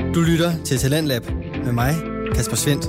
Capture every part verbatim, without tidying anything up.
Du lytter til Talentlab med mig, Kasper Svendt.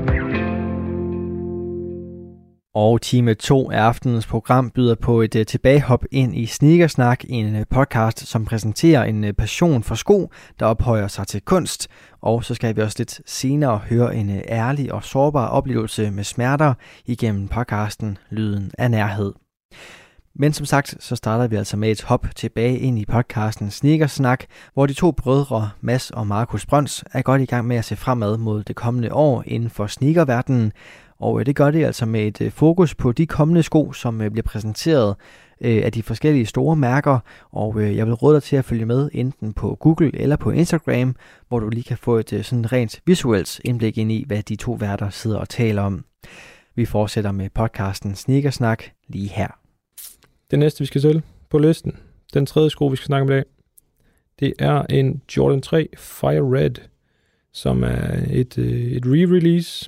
Og time to af aftenens program byder på et uh, tilbagehop ind i Sneakersnak, en uh, podcast, som præsenterer en uh, passion for sko, der ophøjer sig til kunst. Og så skal vi også lidt senere høre en uh, ærlig og sårbar oplevelse med smerter igennem podcasten Lyden af Nærhed. Men som sagt, så starter vi altså med et hop tilbage ind i podcasten Sneakersnak, hvor de to brødre, Mads og Markus Brøns, er godt i gang med at se fremad mod det kommende år inden for sneakerverdenen. Og det gør det altså med et fokus på de kommende sko, som bliver præsenteret af de forskellige store mærker. Og jeg vil råde dig til at følge med enten på Google eller på Instagram, hvor du lige kan få et sådan rent visuelt indblik ind i, hvad de to værter sidder og taler om. Vi fortsætter med podcasten Sneakersnak lige her. Det næste, vi skal til på listen, den tredje sko, vi skal snakke om i dag, det er en Jordan tre Fire Red, som er et, et re-release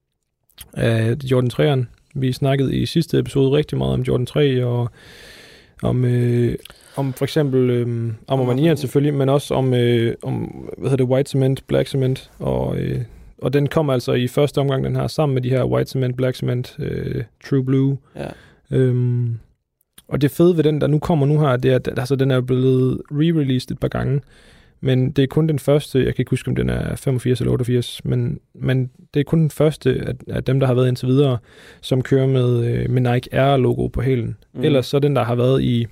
af Jordan tre'eren. Vi snakkede i sidste episode rigtig meget om Jordan tre og om, øh, om for eksempel øh, Armanieren selvfølgelig, men også om, øh, om hvad hedder det, White Cement, Black Cement, og, øh, og den kommer altså i første omgang, den her, sammen med de her White Cement, Black Cement, øh, True Blue. Ja. Øhm, og det fede ved den, der nu kommer nu her, det er, at altså, den er blevet re-released et par gange, men det er kun den første, jeg kan ikke huske, om den er femogfirs eller otteogfirs, men, men det er kun den første af, af dem, der har været indtil videre, som kører med, med Nike Air-logo på hælen. Mm. Ellers så den, der har været i,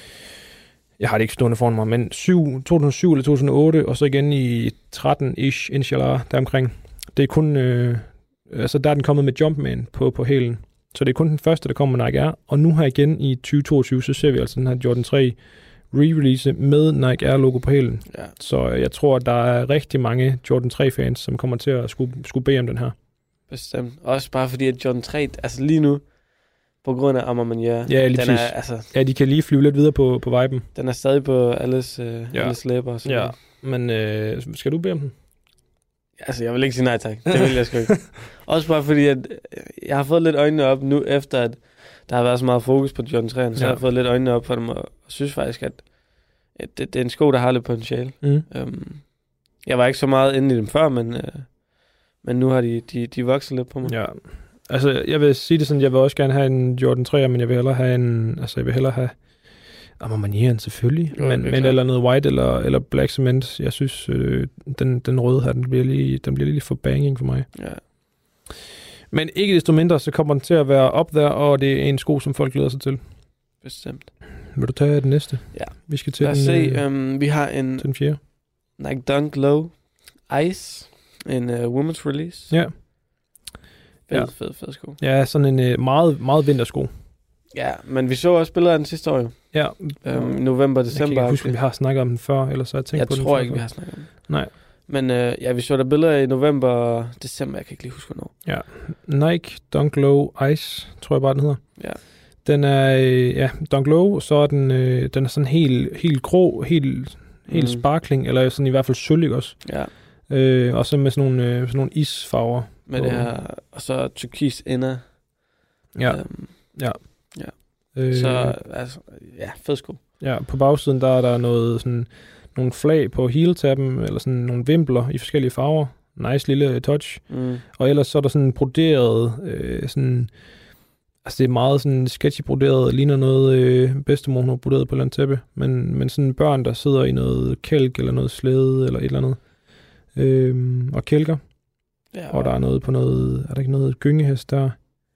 jeg har det ikke stående foran mig, men syv, to tusind og syv eller to tusind og otte, og så igen i tretten-ish, inshallah, deromkring. Det er kun, øh, altså der er den kommet med Jumpman på, på hælen. Så det er kun den første, der kommer med Nike Air, og nu her igen i tyve toogtyve, så ser vi altså den her Jordan tre re-release med Nike Air-logo på hælen. Ja. Så jeg tror, at der er rigtig mange Jordan tre-fans, som kommer til at skulle, skulle bede om den her. Bestemt. Også bare fordi, at Jordan tre, altså lige nu, på grund af Armanieren, ja, den er, altså, ja, de kan lige flyve lidt videre på, på viben. Den er stadig på alles, øh, ja. alles læber. Ja, noget. Men øh, skal du bede om den? Altså, jeg vil ikke sige nej tak. Det vil jeg sgu ikke. Også bare fordi, at jeg har fået lidt øjnene op nu, efter at der har været så meget fokus på Jordan tre'eren, så ja. jeg har fået lidt øjnene op for dem, og synes faktisk, at, at det, det er en sko, der har lidt potentiale. Mm. Um, jeg var ikke så meget inde i dem før, men, uh, men nu har de, de, de vokset lidt på mig. Ja, altså jeg vil sige det sådan, jeg vil også gerne have en Jordan tre'er, men jeg vil hellere have en, altså jeg vil hellere have Armanieren selvfølgelig, jo, men, men eller noget white eller, eller black cement. Jeg synes, øh, den, den røde her, den bliver lige, den bliver lige for banging for mig. Ja. Men ikke desto mindre, så kommer den til at være op der, og det er en sko, som folk glæder sig til. Bestemt. Vil du tage den næste? Ja. Vi skal til Lad os den, se, um, vi har en den fjerde. Nike Dunk Low Ice, en uh, women's release. Ja. Fed, ja. fed, fed sko. Ja, sådan en uh, meget, meget vintersko. Ja, men vi så også billeder af den sidste år jo. Ja. Um, november, december. Jeg kan ikke huske, om vi har snakket om den før, eller så har jeg tænkt jeg på den tror før. ikke, vi har snakket om den. Nej. Men øh, ja, vi så der billeder i november og december, jeg kan ikke lige huske, hvornår. Ja, Nike Dunk Low Ice, tror jeg bare, den hedder. Ja. Den er, øh, ja, Dunk Low, så er den, øh, den er sådan helt, helt grå, helt, helt mm. sparkling, eller sådan i hvert fald sølv også. Ja. Øh, og så med sådan nogle, øh, sådan nogle isfarver. Med det her, og så turkis ender. Ja, øhm, ja. ja. Øh, så, altså, ja, fed sko. Ja, på bagsiden, der er der noget sådan nogle flag på heel-tappen, eller sådan nogle vimpler i forskellige farver. Nice lille touch. Mm. Og ellers så er der sådan broderet, øh, sådan, altså det er meget sådan sketchy broderet, ligner noget øh, bedstemor, hun har broderet på et eller andet tæppe, men, men sådan børn, der sidder i noget kælk, eller noget slæde, eller et eller andet, øh, og kælker. Ja, og der er noget på noget, er der ikke noget gyngehest der?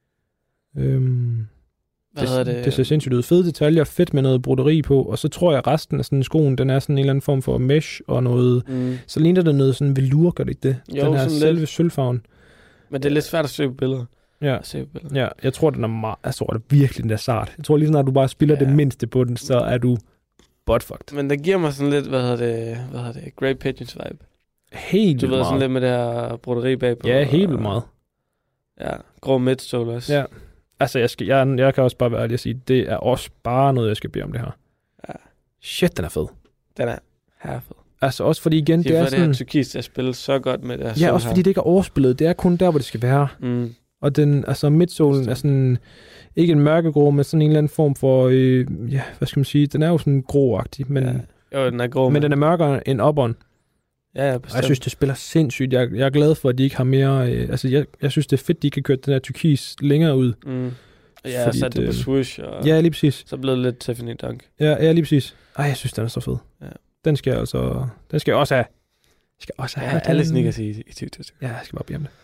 Øh, Hvad det, det? Det ser sindssygt ud. Fede detaljer, fedt med noget broderi på, og så tror jeg, at resten af sådan skoen, den er sådan en eller anden form for mesh og noget, mm. så ligner det noget sådan velour, gør det ikke det? Jo, den her selve lidt. Sølvfarven. Men det er lidt svært at se på billeder. Ja. At se på billeder. Ja, jeg tror, den er meget, jeg tror, det er virkelig, den er sart. Jeg tror lige, når du bare spiller ja. det mindste på den, så er du buttfucked. Men det giver mig sådan lidt, hvad hedder det, hvad hedder det, Great Pigeons vibe. Helt du ved, meget. sådan lidt med det her broderi bagpå. Ja, helt vildt meget. Ja, grå midsole også. Ja. Altså, jeg, skal, jeg, jeg kan også bare være ærlig at sige, det er også bare noget, jeg skal bede om det her. Ja. Shit, den er fed. Den er herfed. Altså, også fordi igen, det er, det er sådan... det her turkis, der spiller så godt med det her. Ja, også fordi det ikke er overspillet. Det er kun der, hvor det skal være. Mm. Og den, altså, midtsolen er sådan... Ikke en mørkegrå, men sådan en eller anden form for... Øh, ja, hvad skal man sige? Den er jo sådan grå-agtig, men... Ja. Jo, den er grå. Men den er mørkere end upperen. Ja, ja, Og jeg synes, det spiller sindssygt. Jeg, jeg er glad for, at de ikke har mere... Øh, altså, jeg, jeg synes, det er fedt, at de ikke har kørt den her turkis længere ud. Mm. Ja, og sat det på swoosh. Og ja, lige præcis. Så blev det lidt Tiffany Dunk. Ja, ja, lige præcis. Ej, jeg synes, den er så fed. Ja. Den skal jeg altså... Den skal jeg også have. Jeg skal også have ja, den. alle sneakers i, i tyve tyve. Ja, jeg skal bare blive det.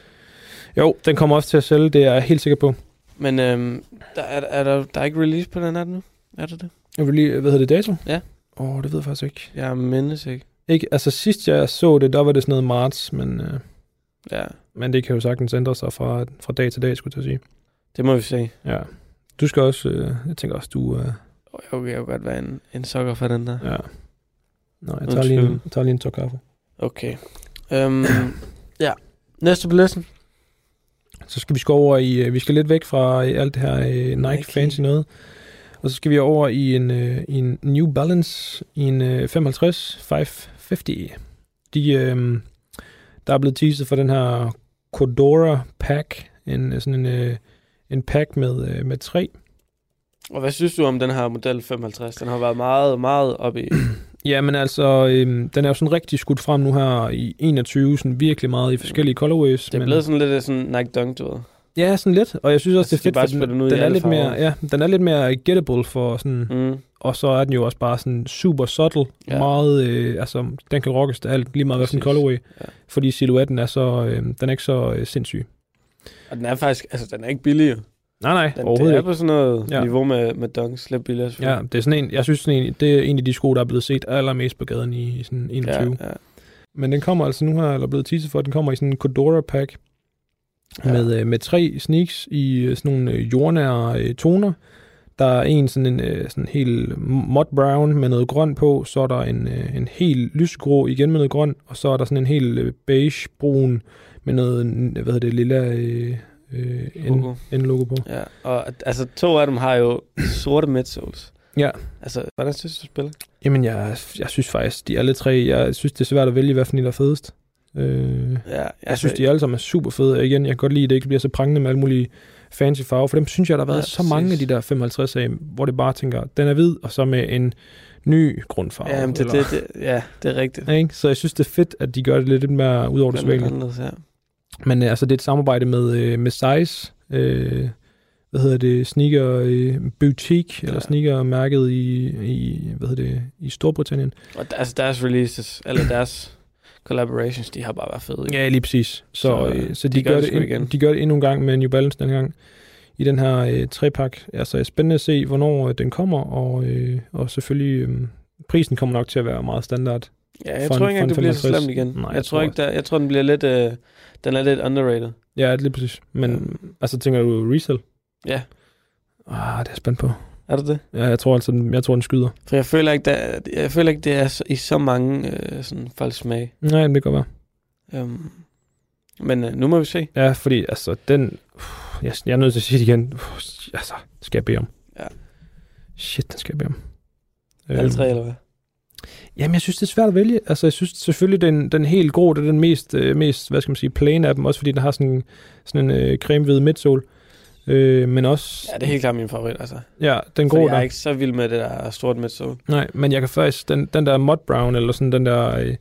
Jo, den kommer også til at sælge, det er jeg helt sikker på. Men øhm, der er, er der, der er ikke release på den her nu? Er der det? Jeg vil lige, hvad hedder det, dato? Ja. Åh, oh, det ved jeg faktisk ikke. Jeg mindes ikke. Ikke, altså sidst jeg så det, der var det sådan noget marts, men, øh, ja. men det kan jo sagtens ændre sig fra, fra dag til dag, skulle jeg sige. Det må vi se. Ja. Du skal også, øh, jeg tænker også, du... Øh, okay, jeg vil godt være en, en sokker for den der. Ja. Nå, jeg tager lige en, jeg tager lige en tår kaffe. Okay. Um, ja. Næste på listen. Så skal vi gå over i, vi skal lidt væk fra alt det her uh, Nike, Nike fancy noget. Og så skal vi over i en, uh, i en New Balance, i en uh, femoghalvtreds fem halvtreds. De, um, der er blevet teaset for den her Cordura Pack, en, sådan en, uh, en pack med, uh, med tre. Og hvad synes du om den her model femoghalvtreds? Den har været meget, meget oppe i... Ja, men altså, øhm, den er jo sådan rigtig skudt frem nu her i enogtyve, sådan virkelig meget i forskellige colorways. Det er men... blevet sådan lidt sådan Nike Dunk, du ved. Ja, sådan lidt, og jeg synes også, altså, det er fedt, for den, den, den, er lidt mere, ja, den er lidt mere gettable for sådan, mm. og så er den jo også bare sådan super subtle, ja. meget, øh, altså, den kan rockes til alt, lige meget hvad for en colorway, ja. Fordi silhuetten er så, øh, den er ikke så øh, sindssyg. Og den er faktisk, altså, den er ikke billig jo. Nej, nej, den, overhovedet ikke. Det er på sådan noget ja. niveau med, med dunks, lidt billigere. Ja, det er sådan en, jeg synes sådan en, det er en af de sko, der er blevet set allermest på gaden i, i sådan enogtyve. Ja, ja. Men den kommer altså nu her, eller blevet teaset for, at den kommer i sådan en Cordura Pack, ja. med, med tre sneaks i sådan nogle jordnære øh, toner. Der er en sådan en øh, sådan helt mud brown med noget grønt på, så er der en, øh, en helt lysgrå igen med noget grønt, og så er der sådan en helt øh, beige brun med noget, hvad hedder det, lilla... Øh, Øh, en, en logo på. Ja, og altså to af dem har jo sorte midsoles. Ja. Altså, hvordan synes du, du spiller? Jamen, jeg, jeg synes faktisk, de alle tre, jeg synes, det er svært at vælge, hvad for en der er fedest. Øh, ja, jeg, jeg synes, de alle sammen er super fede. Og igen, jeg kan godt lide, at det ikke bliver så prangende med alle mulige fancy farver. For dem synes jeg, der har været ja, så præcis. mange af de der femoghalvtreds af, hvor det bare tænker, den er hvid, og så med en ny grundfarve. Ja, det, det, det, ja, det er rigtigt. Ja, ikke? Så jeg synes, det er fedt, at de gør det lidt mere ud over det sædvanlige. Ja. Men øh, altså, det er et samarbejde med, øh, med Size, øh, hvad hedder det, sneaker øh, boutique, ja. eller sneaker-mærket i, i, hvad hedder det, i Storbritannien. Og altså deres releases, eller deres collaborations, de har bare været fede. Ikke? Ja, lige præcis. Så, så, øh, så de, de, gør det, det ind, de gør det endnu en gang med New Balance den gang, i den her øh, trepak. Altså, det er spændende at se, hvornår øh, den kommer, og, øh, og selvfølgelig, øh, prisen kommer nok til at være meget standard. Ja, jeg tror ikke engang, det bliver så slemt igen. Nej, jeg, jeg, tror ikke, der, jeg tror, den bliver lidt, øh, den er lidt underrated. Ja, lige præcis. Men, ja. altså, tænker du resell? Ja. Ah, det er spændt på. Er det det? Ja, jeg tror altså, jeg tror, den skyder. For jeg føler ikke, der, jeg føler ikke det er så, i så mange øh, sådan folks smag. Nej, det kan godt være. Um, men øh, nu må vi se. Ja, fordi altså, den, uh, jeg, jeg er nødt til at sige det igen. Uh, altså, skal jeg bede om. Ja. Shit, den skal jeg bede om. Alle tre, eller hvad? Jamen, jeg synes, det er svært at vælge. Altså, jeg synes selvfølgelig, den, den helt grå, det er den mest, øh, mest, hvad skal man sige, plain af dem, også fordi den har sådan, sådan en øh, creme-hvid midsole. Øh, men også... Ja, det er helt klart min favorit, altså. Ja, den grå fordi der. jeg er ikke så vild med det der stort midsole. Nej, men jeg kan faktisk, den, den der mud brown, eller sådan den der, øh,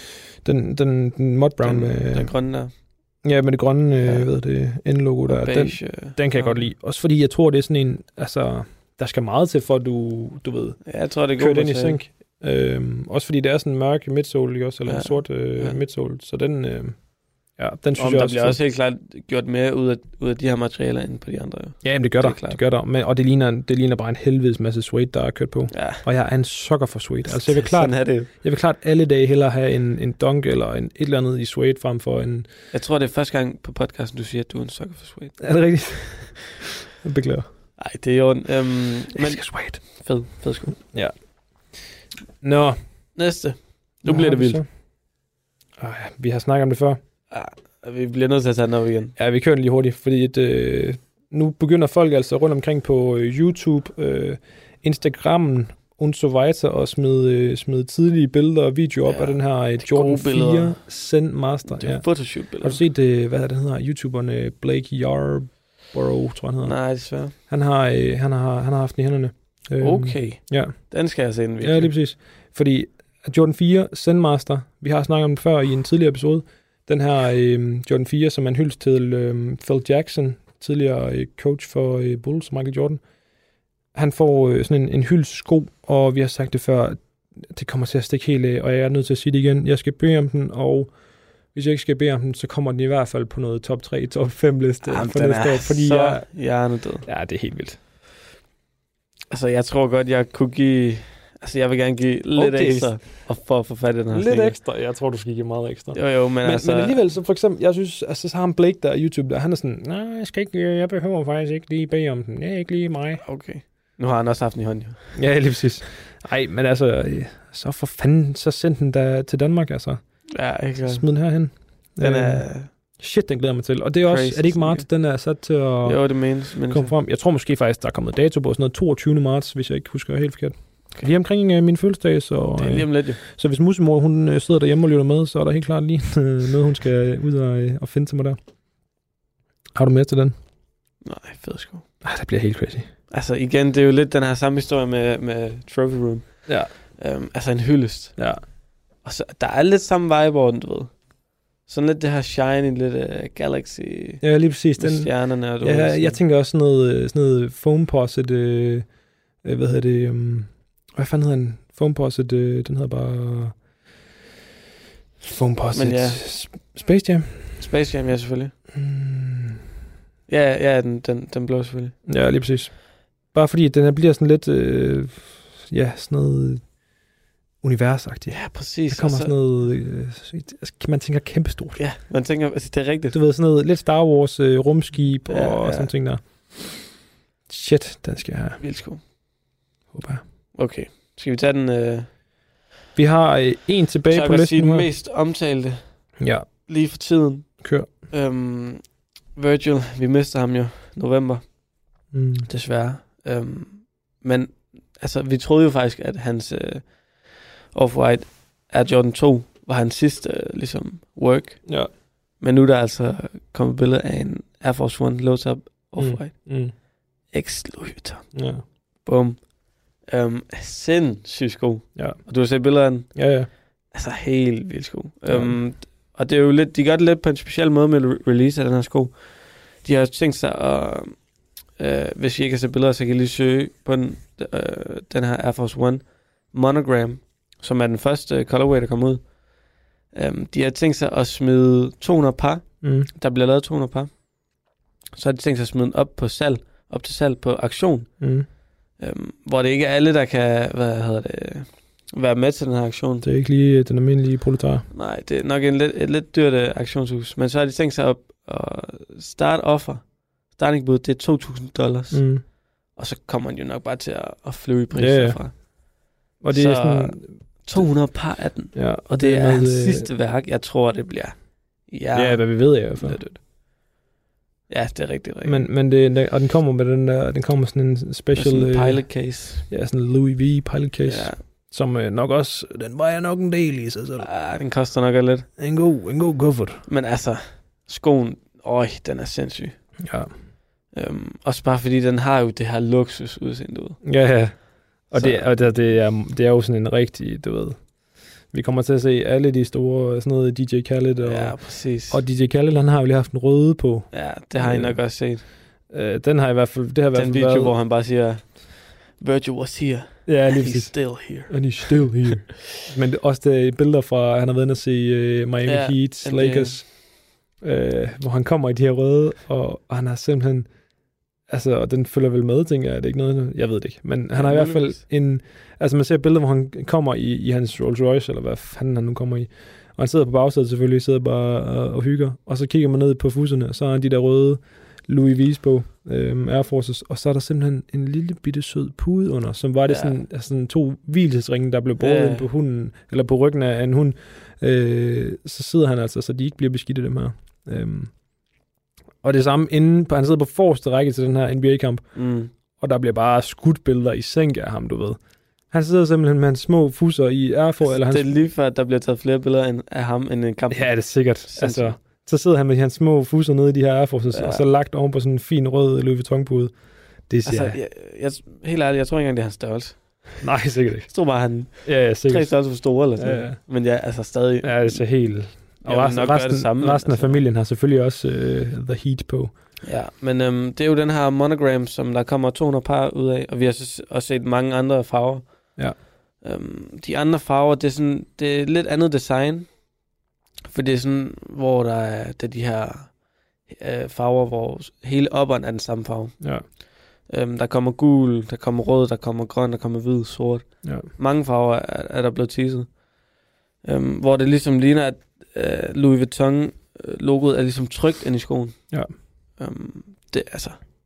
den, den, den mud brown den, med... Den grønne der. Ja, med det grønne, øh, ja. ved det, N-logo der. Beige, den, den kan jeg ja. godt lide. Også fordi jeg tror, det er sådan en, altså, der skal meget til, for at du, du ved, ja, jeg tror, det er kører den i sync. Øhm, også fordi det er sådan en mørk midsole, ikke også? Eller ja. en sort øh, ja. midsole. Så den, øh, ja, den synes Om jeg der også... bliver også helt klart gjort mere ud af, ud af de her materialer end på de andre. Jo. Ja, men det gør det der. Det gør der. Men, og det ligner, det ligner bare en helvedes masse suede, der er kørt på. Ja. Og jeg er en sukker for suede. Altså, jeg vil klart, er det. Jeg vil klart alle dage hellere have en, en dunk eller en, et eller andet i suede frem for en... Jeg tror, det er første gang på podcasten, du siger, at du er en sukker for suede. Er det rigtigt? Jeg beklager. Nej, det er jo en... Um, jeg men skal suede. Fed, fed sko. Ja. Nå. Næste. Nu bliver det vildt. Øh, ja, vi har snakket om det før. Ja, vi bliver nødt til at tage den op igen. Ja, vi kører den lige hurtigt, fordi et, øh, nu begynder folk altså rundt omkring på øh, YouTube, øh, Instagrammen, und so weiter, og smide, øh, smide tidlige billeder og videoer op ja, af den her øh, Jordan fire Zen Master. Det er ja. photoshoot-billeder. Har du set, øh, hvad den hedder, YouTuberen Blake Yarborough, tror jeg han hedder? Nej, desværre. Han har, øh, han har, han har haft den i hænderne. Okay. Ja. Den skal jeg se en video. Ja, lige præcis. Fordi Jordan fire, Zen-Master. Vi har snakket om den før i en tidligere episode. Den her øh, Jordan fire, som er en hyldest til øh, Phil Jackson, tidligere øh, coach for øh, Bulls, Michael Jordan. Han får øh, sådan en, en hyldest sko, og vi har sagt det før, det kommer til at stikke helt af, og jeg er nødt til at sige det igen. Jeg skal bede om den, og hvis jeg ikke skal bede om den, så kommer den i hvert fald på noget top tre, top fem liste. Jamen, for den næste er år, fordi så jeg, hjernedød. ja, det er helt vildt. Altså, jeg tror godt, jeg kunne give... Altså, jeg vil gerne give lidt Okay. ekstra for at få fat i den her Lidt sneaker. ekstra. Jeg tror, du skal give meget ekstra. Jo, jo, men, Men, altså... men alligevel, så for eksempel, jeg synes, altså, så har han Blake der i YouTube, der han er sådan, nej, jeg skal ikke, jeg behøver faktisk ikke lige bede om den. Det er ikke lige mig. Okay. Nu har han også haft den i hånden, jo. Ja, lige præcis. Ej, men altså, så for fanden, så send den da til Danmark, altså. Ja, ikke klart. Smid den herhen. Den Øh, er... Shit, den glæder jeg mig til. Og det er også, Crazy er det ikke marts, den er sat til at Jo, det menes. Men komme frem. Jeg tror måske faktisk, der er kommet dato på sådan noget toogtyvende marts, hvis jeg ikke husker helt forkert. Okay. Lige omkring uh, min fødselsdag, så, det er lige om lidt, jo. så hvis musemor, hun uh, sidder derhjemme og lytter med, så er der helt klart lige uh, noget, hun skal ud og, uh, og finde til mig der. Har du med til den? Nej, fed sko. Ej, det bliver helt crazy. Altså, igen, det er jo lidt den her samme historie med, med Trophy Room. Ja. Um, altså, en hyldest. Ja. Og så, der er lidt samme vibe over den, du ved. Sådan lidt det her shiny, lidt uh, Galaxy... Ja, lige præcis. Med Den, stjernerne og du ja, ved, jeg, sådan. jeg tænker også sådan noget, sådan noget foam-posset, øh, øh, hvad hedder det, um, hvad fanden hedder den? Foam-posset, øh, den hedder bare foam-posset Men ja. Space Jam. Space Jam, ja, selvfølgelig. Mm. Ja, ja, den, den, den blå selvfølgelig. Ja, lige præcis. Bare fordi den her bliver sådan lidt, øh, ja, sådan noget universagtigt. Ja, præcis. Der kommer og så, sådan noget, øh, altså, man tænker kæmpestort. Ja, man tænker, altså, det er rigtigt. Du ved, sådan noget lidt Star Wars øh, rumskib Ja, og ja. sådan ting der. Shit, den skal jeg have. Vildt sko. Håber jeg. Okay, skal vi tage den... Øh, Vi har øh, en tilbage så jeg på kan sige listen den her. mest omtalte Ja, lige for tiden. kør. Øhm, Virgil, vi mister ham jo november, Mm. desværre. Øhm, men altså, vi troede jo faktisk, at hans øh, Off-White Air Jordan to var hans sidste øh, ligesom work. Ja. Men nu er der altså kommet billede af en Air Force One low top Off-White. Mm. Mm. X Louis Vuitton. Ja. Bum. Øhm, sindssygt sko. Ja. Og du har set billeder af den? Ja, ja. Altså helt vildt sko. Ja. Øhm, og det er jo lidt, de gør det lidt på en speciel måde med re- release af den her sko. De har tænkt sig at, øh, hvis I ikke har set billeder, så kan I lige søge på den, øh, den her Air Force One Monogram, som er den første colorway, der kommer ud. Øhm, de har tænkt sig at smide to hundrede par. Mm. Der bliver lavet to hundrede par. Så har de tænkt sig at smide den op på salg, op til salg på auktion. Mm. Øhm, hvor det ikke er alle, der kan, hvad hedder det, være med til den her aktion. Det er ikke lige den almindelige proletar. Nej, det er nok en lidt, et lidt dyrt uh, aktionshus. Men så har de tænkt sig at, at start offer. Starting bud, det er to tusind dollars. Mm. Og så kommer man jo nok bare til at, at flyve i pris Ja, ja. derfra. Og det Så er sådan... to hundrede par af den. Ja, Og det er hans øh, sidste værk. Jeg tror, det bliver... Ja, Ja, hvad vi ved i hvert fald. lidt dødt. Ja, det er rigtigt, rigtigt. Men, men det, og den kommer med den der, den kommer sådan en special... Sådan en øh, pilot case. Ja, sådan en Louis V pilot case. Ja. Som øh, nok også, den vejer nok en del i sig selv. Ah, den koster nok lidt. En god, en god kuffert. Men altså, skoen, øj, den er sindssyg. Ja. Øhm, også bare fordi, den har jo det her luksus udseende ud. Ja, ja. Og, Så- det, og det, det, er, det er jo sådan en rigtig, du ved... Vi kommer til at se alle de store, sådan noget D J Khaled. Og, Ja, præcis. og D J Khaled, han har jo lige haft en røde på. Ja, det har I Øh, nok også set. Øh, den har i hvert fald... Det har i hvert Den fald video, været, hvor han bare siger, Virgil was here, Ja, and lige he's præcis. still here. And he's still here. Men det, også det billeder fra, han har været inde at se uh, Miami Ja, Heat, N B A. Lakers, øh, hvor han kommer i de her røde, og, og han har simpelthen, altså, og den følger vel med, tænker jeg, er det ikke noget, jeg ved det ikke, men han har i hvert fald muligvis. en, altså man ser billeder, hvor han kommer i, i hans Rolls Royce, eller hvad fanden han nu kommer i, og han sidder på bagsædet selvfølgelig, sidder bare og, og hygger, og så kigger man ned på fusserne, og så har han de der røde Louis V's på, øhm, Air Forces, og så er der simpelthen en lille bitte sød pude under, som var det Ja. sådan, altså sådan to hvilesringe, der blev båret Ja. ind på hunden, eller på ryggen af en hund. Øh, så sidder han altså, så de ikke bliver beskidt af dem her. Øhm, og det samme inden, på, han sidder på forreste række til den her N B A-kamp, Mm. og der bliver bare skudt billeder i sænk af ham, du ved. Han sidder simpelthen med hans små fusser i Air Force, eller hans... Det er lige før, at der bliver taget flere billeder end- af ham end en kamp. Ja, det er sikkert. Sindssygt. Altså, så sidder han med hans små fusser nede i de her Air Forces, Ja. og så lagt oven på sådan en fin rød Louis Vuitton-pude. Det siger Altså, jeg. jeg, jeg, helt ærligt, jeg tror ikke engang, det er hans størrelse. Nej, sikkert ikke. Jeg tror bare, han Ja, ja, sikkert. tre størrelser for store eller sådan Ja, ja. Men ja, altså stadig. Ja, det er så helt... Og Jeg vil resten, nok gøre resten, det samme, resten af altså. familien har selvfølgelig også uh, The Heat på. Ja, men øhm, det er jo den her monogram, som der kommer to hundrede par ud af, og vi har så også set mange andre farver. Ja. Øhm, de andre farver, det er sådan, det er lidt andet design, for det er sådan, hvor der er, det er de her øh, farver, hvor hele opperen er den samme farve. Ja. Øhm, der kommer gul, der kommer rød, der kommer grøn, der kommer hvid, sort. Ja. Mange farver er, er der blevet teaset. Øhm, hvor det ligesom ligner, at øh, Louis Vuitton-logoet er ligesom trykt ind i skoen. Ja. Øhm, det altså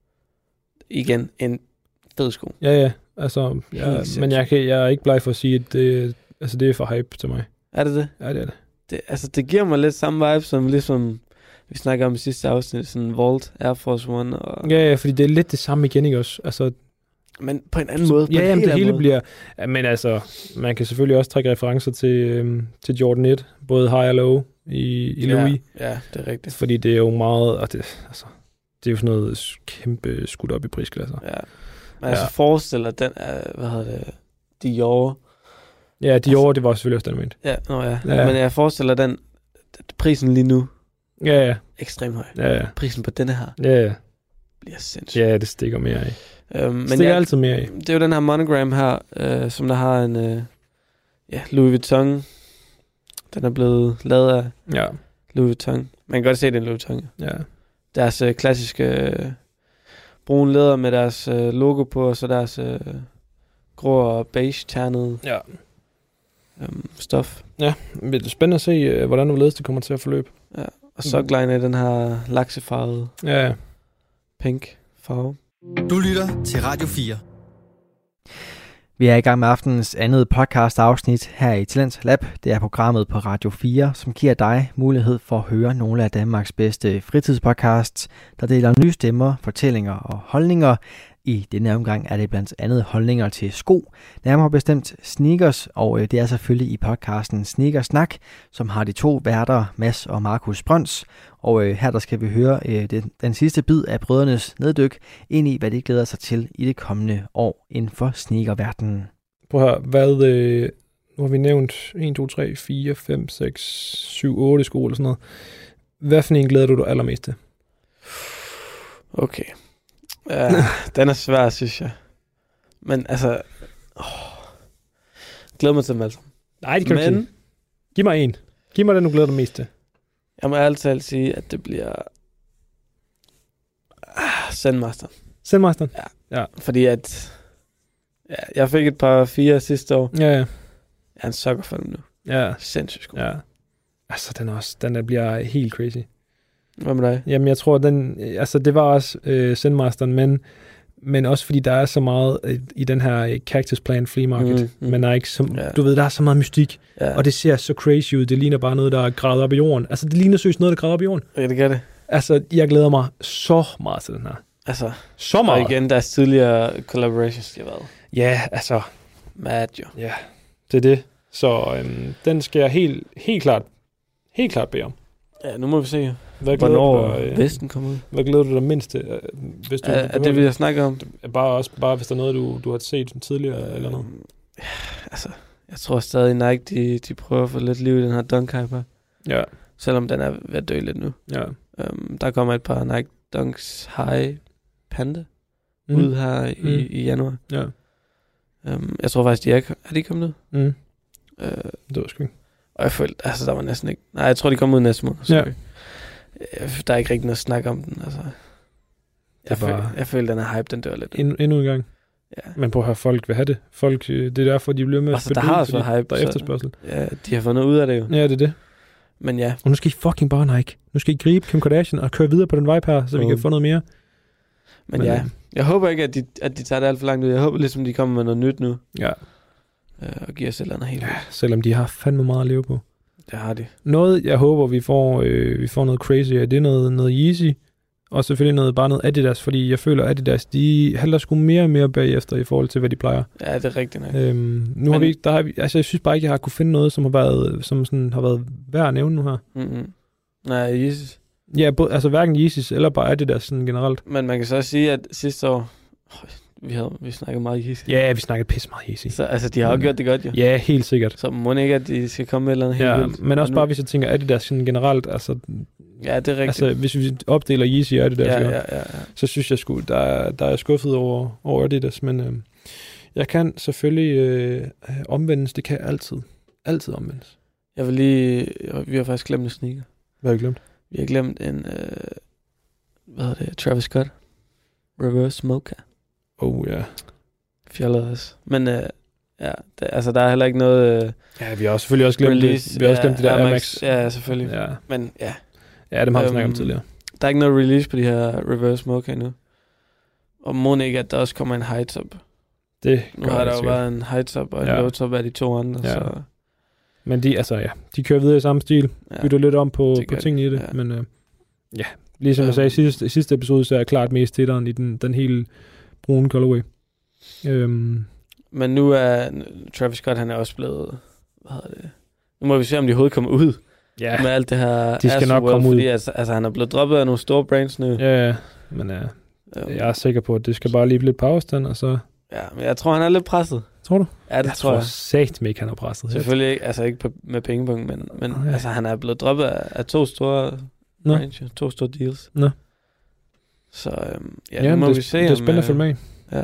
igen en fed sko. Ja, ja. Altså, ja, men jeg, kan, jeg er ikke bleg for at sige, at det, altså, det er for hype til mig. Er det det? Ja, det er det. det altså, det giver mig lidt samme vibe, som ligesom vi snakker om i sidste afsnit, sådan Vault, Air Force One. Og Ja, ja, fordi det er lidt det samme igen, ikke også? Altså, men på en anden måde. På ja, en jamen, helt det hele anden bliver... Ja, men altså, man kan selvfølgelig også trække referencer til, øhm, til Jordan et, både high og low i, i Louis. Ja, ja, det er rigtigt. Fordi det er jo meget... Og det, altså, det er jo sådan noget kæmpe skudt op i prisklasser. Ja. Men altså Ja. forestiller den er, hvad hedder det, Dior. Ja, Dior, det var selvfølgelig også den, jeg mente. Ja, nå ja. Ja. Men jeg forestiller den, prisen lige nu, Ja, ja. ekstremt høj. Ja, ja. Prisen på denne her Ja, ja. bliver sindssygt. Ja, det stikker mere af. Øhm, Men men stikker jeg, altid mere af. det er jo den her monogram her, øh, som der har en øh, ja, Louis Vuitton. Den er blevet lavet af Ja. Louis Vuitton. Man kan godt se, det er en Louis Vuitton. Ja. Deres øh, klassiske øh, brune læder med deres øh, logo på, og så deres øh, grå og beige ternede Ja. øh, stof. Ja, det er spændende at se, øh, hvordan hvorledes det kommer til at forløbe. Og sokline i den her laksefarvede Ja, ja. pink farve. Du lytter til Radio fire. Vi er i gang med aftenens andet podcast afsnit her i Talent Lab. Det er programmet på Radio fire, som giver dig mulighed for at høre nogle af Danmarks bedste fritidspodcasts, der deler nye stemmer, fortællinger og holdninger. I denne omgang er det blandt andet holdninger til sko, nærmere bestemt sneakers, og det er selvfølgelig i podcasten Sneakersnak, som har de to værter, Mads og Markus Brøns. Og her der skal vi høre den, den sidste bid af brødrenes neddyk ind i, hvad de glæder sig til i det kommende år inden for sneakerverdenen. Prøv at høre, hvad, øh, nu har vi nævnt et, to, tre, fire, fem, seks, syv, otte sko eller sådan noget. Hvad for en glæder du dig allermest til? Okay. Ja, den er svær, synes jeg. Men altså... Åh, glæder mig til dem altså. Nej, det kan Men, du ikke. Giv mig en. Giv mig den, du glæder dig mest til. jeg må ærligt talt sige, at det bliver... Ah, Sandmaster. Sandmasteren? Ja. Fordi at... Ja, jeg fik et par fire sidste år. Ja, ja. Jeg er en sukker for dem nu. Ja, Sindssygt sko. ja. Altså, den, er også, den der bliver helt crazy. Hvad med dig? Jamen, jeg tror, den... Altså, det var også øh, Sandmasteren, men, men også fordi der er så meget øh, i den her Cactus Plant Flea Market. Mm, mm. Men der er ikke så... Ja. Du ved, der er så meget mystik. Ja. Og det ser så crazy ud. Det ligner bare noget, der er gravet op i jorden. Altså, det ligner seriøst noget, der er gravet op i jorden. Ja, det gør det. Altså, jeg glæder mig så meget til den her. Altså, Så meget. og igen, deres tidligere collaborations, de har været Ja, altså, mad jo. ja, det er det. Så øhm, den skal jeg helt, helt klart, helt klart bede om. Ja, nu må vi se, Hvad glæder hvornår du dig, øh, Vesten kommer ud. hvad glæder du dig mindst til? øh, Hvis du, Er, er det, vi har snakket om? bare, også, bare hvis der er noget, du, du har set tidligere eller noget. Øhm, ja, altså, jeg tror stadig Nike, de, de prøver at få lidt liv i den her Dunk Hyper. Ja, Selvom den er ved at dø lidt nu. ja. Um, der kommer et par Nike Dunks High Panda Mm. mm. ud her i, Mm. i januar. Ja. Um, jeg tror faktisk, de er, er de kommet ud. Mm. Uh, Det var sgu ikke. og jeg følte, altså der var næsten ikke... Nej, jeg tror, de kommer ud næste måned. Ja. Ja. Der er ikke rigtig noget snak om den, altså. Jeg, bare- føler, jeg føler, den er hype, den dør lidt. Endnu, endnu en gang. Ja. Men prøv at høre, folk vil have det. Folk, øh, det er derfor, de bliver med at Altså, der spille har ud, også været fordi hype, Der er så- efterspørgsel. ja, de har fundet ud af det jo. Ja, det er det. Men ja, Og nu skal I fucking bare Nike. Nu skal I gribe Kim Kardashian og køre videre på den vibe her, så vi Mm. kan få noget mere. men, Men, ja. øh, Jeg håber ikke, at de, at de tager det alt for langt ud. Jeg håber ligesom, de kommer med noget nyt nu. Ja, Øh, og giver os et eller andet helt ja, vildt. selvom de har fandme meget at leve på. Det har de. Noget, jeg håber, vi får, øh, vi får noget crazy af, det er noget, noget Yeezy. Og selvfølgelig noget, bare noget Adidas, fordi jeg føler, at Adidas, de halter sgu mere og mere bagefter i forhold til, hvad de plejer. Ja, det er rigtigt nok. Øhm, nu har Men- vi, der har vi, altså jeg synes bare ikke, jeg har kunne finde noget, som har været, som sådan har været værd at nævne nu her. Mm-hmm. Nej, Jesus. Ja, både, altså hverken Yeezys eller bare Adidas sådan generelt. Men man kan så også sige, at sidste år, vi havde vi snakkede meget Yeezy. Ja, vi snakkede pisse meget Yeezy. Så altså, de har jo gjort det godt, jo. Ja, helt sikkert. Så må ikke, at de skal komme med et eller andet helt ja, vildt. men også nu... bare, hvis jeg tænker, er det der sådan generelt, altså... Ja, det er rigtigt. Altså, hvis vi opdeler Yeezy og Adidas, ja, ja, ja, ja. så synes jeg sgu, der, der er skuffet over, over Adidas, men øh, jeg kan selvfølgelig øh, omvendes, det kan altid. Altid omvendes. Jeg vil lige... Vi har faktisk glemt en sneaker. Hvad har jeg glemt? Vi har glemt en... Øh... Hvad hedder det? Travis Scott. Reverse Mocha. Oh, ja. Fjollet også. Men øh, ja, det, altså der er heller ikke noget... Øh, ja, vi har også selvfølgelig også glemt release, det. Vi har også glemt ja, det der Air Air Max. Max. Ja, selvfølgelig. Ja, Men ja. ja dem har vi øhm, snakket om tidligere. Der er ikke noget release på de her Reverse Mocha endnu. Og må ikke, at der også kommer en high top. Det Nu har der jo været en high top og en ja. low top af de to andre, ja. så... Men de, altså, ja, de kører videre i samme stil. Ja. Bytter lidt om på, på tingene de. i det. Ja. Men øh, ja, ligesom øhm. jeg sagde i sidste, sidste episode, så er jeg klart mest titteren i den, den hele brune colorway. Øhm. Men nu er Travis Scott, han er også blevet... Hvad hedder det? Nu må vi se, om de overhovedet kommer ud Ja, med alt det her. de skal nok world, komme ud. fordi altså, altså, han er blevet droppet af nogle store brands nu. Ja, ja. Men øh, øhm. jeg er sikker på, at det skal bare lige blive lidt på afstand, og så... Ja, men jeg tror, han er lidt presset. Tror du? Ja, det jeg tror jeg. tror satme ikke, han er presset. Selvfølgelig ikke, altså ikke på, med pengepunkt, men, men ja. altså, han er blevet droppet af, af to store Nå. brands, to store deals. Nå. Så øhm, ja, ja nu må det, vi se. det er spændende at følge med. Ja.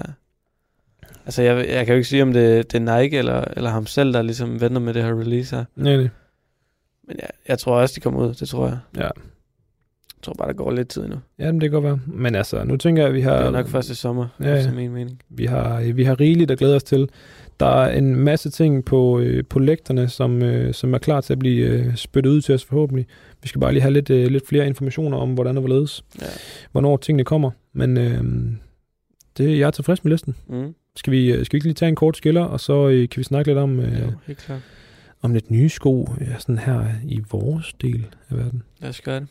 Altså, jeg, jeg kan jo ikke sige, om det, det er Nike eller, eller ham selv, der ligesom venter med det her release her. Nej, nej. Men ja, jeg tror også, de kommer ud. Det tror jeg. Ja. Jeg tror bare, der går lidt tid nu. Ja, men det kan godt være. Men altså, nu tænker jeg, at vi har... Det er nok først i sommer, ja, ja. efter min mening. Vi har, vi har rigeligt at glæde os til. Der er en masse ting på, øh, på lægterne, som, øh, som er klar til at blive øh, spyttet ud til os forhåbentlig. Vi skal bare lige have lidt, øh, lidt flere informationer om, hvordan og hvorledes. Ja. Hvornår tingene kommer. Men øh, det, jeg er tilfreds med listen. Mm. Skal vi, skal vi ikke lige tage en kort skiller, og så øh, kan vi snakke lidt om, øh, Jo, helt klart. om lidt nye sko, ja, sådan her i vores del af verden. Lad os gøre det.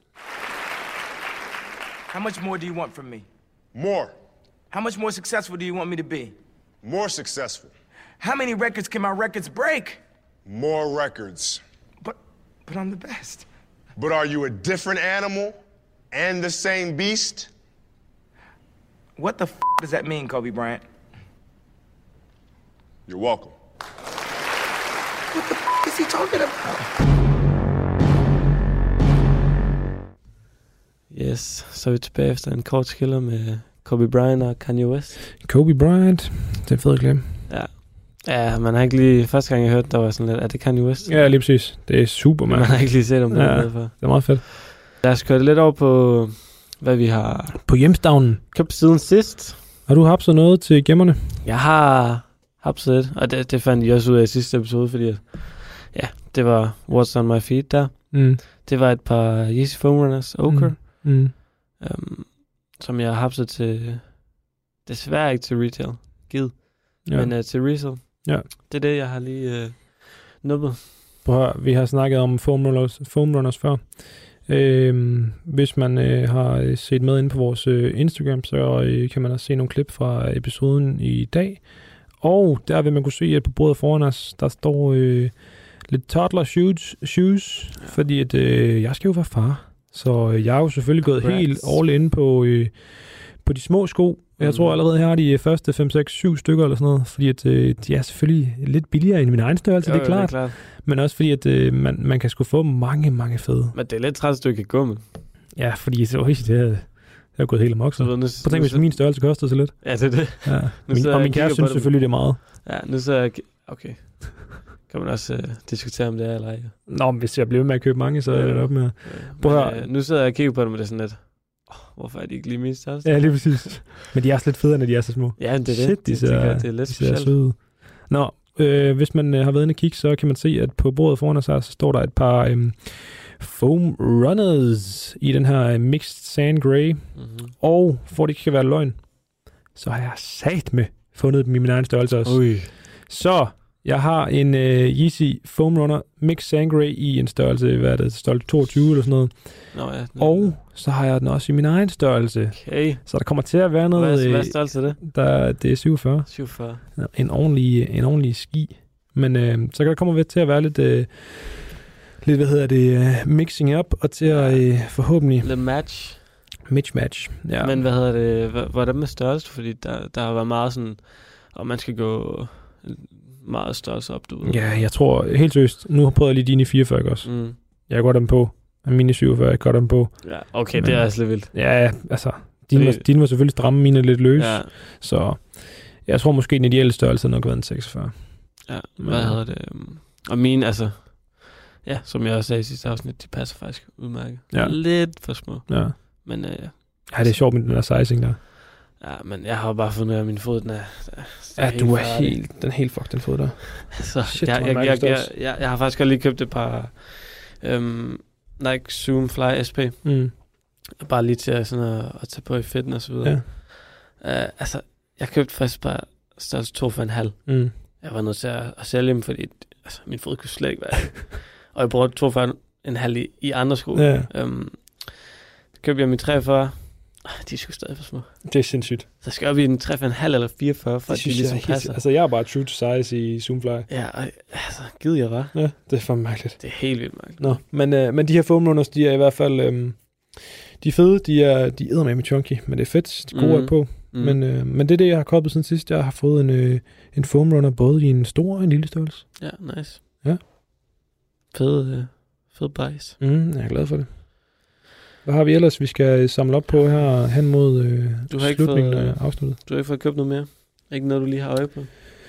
How much more do you want from me? More. How much more successful do you want me to be? More successful. How many records can my records break? More records. But, but I'm the best. But are you a different animal and the same beast? What the f*** does that mean, Kobe Bryant? You're welcome. What the f*** is he talking about? Yes, så er vi tilbage efter en kort skiller med Kobe Bryant og Kanye West. Kobe Bryant, det er fedt reklame. Ja. Ja, man har ikke lige... Første gang jeg hørte, der var sådan lidt, er det Kanye West? Ja, lige præcis. Det er super, man. Man har ikke lige set om det. Ja, det er meget fedt. Lad os køre det lidt over på, hvad vi har på hjemstavnen købt siden sidst. Har du hapset noget til gemmerne? Jeg har hapset et, og det, det fandt jeg også ud af i sidste episode, fordi at, ja, det var What's on my feet der. Mm. Det var et par Yeezy Foam Runners Ochre, mm. Mm. Um, som jeg har hapset til, desværre ikke til retail, givet, ja. men uh, til resale. Ja. Det er det, jeg har lige uh, nubbet. Prøv at, vi har snakket om Foam Runners, foam runners før. Øhm, hvis man øh, har set med inde på vores øh, Instagram, så øh, kan man også se nogle klip fra episoden i dag. Og der vil man kunne se, at på bordet foran os, der står øh, lidt toddler shoes, shoes ja. Fordi at øh, jeg skal jo være far. Så øh, jeg er jo selvfølgelig gået Brats. helt all in på, øh, på de små sko. Jeg mm. tror allerede her er de første fem, seks, syv stykker eller sådan noget, fordi at, øh, de er selvfølgelig lidt billigere end min egen størrelse, jo, det er klart. Det er klart. Men også fordi, at øh, man, man kan sgu få mange, mange fede. Men det er lidt træt stykke gå med. Ja, fordi så, det er det er gået helt amok. Så. Prøv at tænke, hvis min størrelse kostede så lidt. Ja, det er det. Ja. Min, og min kæreste synes selvfølgelig, det er meget. Ja, nu så jeg... Okay. Kan man også uh, diskutere, om det er eller ej. Nå, men hvis jeg bliver med at købe mange, så er det op med. Ja. Men, uh, nu sidder jeg og kigger på dem, og det er sådan lidt... Oh, hvorfor er de ikke lige min størrelse? Ja, lige præcis. Men de er også lidt federe, når de er så små. Ja, det er Shit, det. De ser, det, det er lidt de ser søde. Nå, øh, hvis man øh, har været inde og kigge, så kan man se, at på bordet foran os, så står der et par øh, Foam Runners i den her Mixed Sand Grey. Mm-hmm. Og for det ikke kan være løgn, så har jeg sat med fundet dem i min egen størrelse også. Ui. Så jeg har en øh, Yeezy Foam Runner Mixed Sand Grey i en størrelse, hvad er det, størrelse toogtyve eller sådan noget. Nå, ja, og så har jeg den også i min egen størrelse. Okay. Så der kommer til at være noget... Hvad, hvad størrelse er det? Der, det er syvogfyrre. syvogfyrre. En ordentlig, en ordentlig ski. Men øh, så kan der komme ved til at være lidt... Øh, lidt, hvad hedder det, uh, mixing up, og til at uh, forhåbentlig... Lidt match. Mismatch, ja. Men hvad hedder det, h- hvordan med størrelse? Fordi der, der har været meget sådan, og man skal gå meget størrelse op, du ved. Ja, jeg tror helt seriøst, nu prøver jeg lige dine fireogfyrre, ikke også? Mm. Jeg går dem på. Mine syvogfyrre, jeg går dem på. Ja, okay, Men, det er altså lidt vildt. Ja, altså, dine, Fordi- var, dine var selvfølgelig stramme, mine er lidt løs. Ja, Så jeg tror måske, den ideelle størrelse nok har været en seksogfyrre. ja, hvad Men- hedder det? um, Og mine, altså, ja, som jeg også sagde i sidste afsnit, de passer faktisk udmærket. Ja. Lidt for små, Ja. men øh, ja. Ja, det er sjovt med den der sizing der. Ja, men jeg har jo bare fundet ud af, at min fod, den er, den Ja, du er færdig. helt, den er helt fucked, den fod der. Så Shit, jeg, hvor jeg, mærkelig jeg, jeg, størrelse. jeg, jeg har faktisk også lige købt et par øhm, Nike Zoom Fly S P. Mm. Bare lige til sådan at, at tage på i fitten og så videre. Ja. Uh, altså, jeg købte faktisk bare størrelse to for en halv. Mm. Jeg var nødt til at, at sælge dem, fordi altså, min fod kunne slet ikke være det. Og jeg brugte to for en halv i, i andre sko. Ja, Um, købte jeg min treogfyrre. Ah, de er sgu stadig for små. det er sindssygt. Så skal jeg op i en tre for en halv eller fireogfyrre, for Det at de synes ligesom jeg er helt, passer. altså, jeg er bare true to size i Zoomfly. Ja, og, altså, gider jeg, var. Ja, det er for mærkeligt. Det er helt vildt mærkeligt. Nå, men, øh, men de her foam runners, de er i hvert fald, øh, de er fede, de er, de æder med med chunky, men det er fedt, de er gode Mhm. mm. på. Mm. Men, øh, men det er det, jeg har koppet siden sidst. Jeg har fået en, øh, en foam runner både i en stor og en lille størrelse. Ja, nice. Ja. Fed, øh, fed bajs. Mm, jeg er glad for det. Hvad har vi ellers, vi skal samle op på her hen mod øh, Du har ikke slutningen fået, af øh, afsnittet? Du har ikke fået købt noget mere? Ikke noget, du lige har øje på?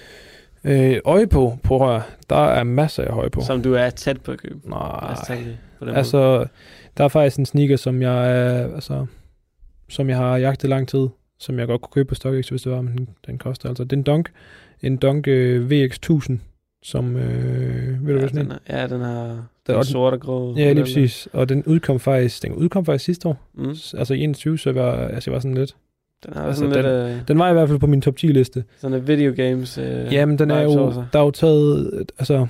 Øh, øje på, prøv at høre. Der er masser af øje på. Som du er tæt på at købe? Lad Nej, os tage det på den måde. altså, der er faktisk en sneaker, som jeg, er, altså, som jeg har jagtet lang tid, som jeg godt kunne købe på StockX, hvis det var, men den, den koster altså. Det er en Dunk, en Dunk øh, V X tusind, som, øh, ved du ja, hvad sådan den en? er, ja, den har Den den er- sort og grå. Ja, lige model. præcis. Og den udkom faktisk, den udkom faktisk sidste år. Mm. Altså i enogtyve, så jeg var, altså jeg var sådan lidt. Den har Altså, sådan lidt øh, Den var i hvert fald på min top ti liste. sådan et video games øh, Jamen, den er vibes over jo, sig. der er jo taget, altså,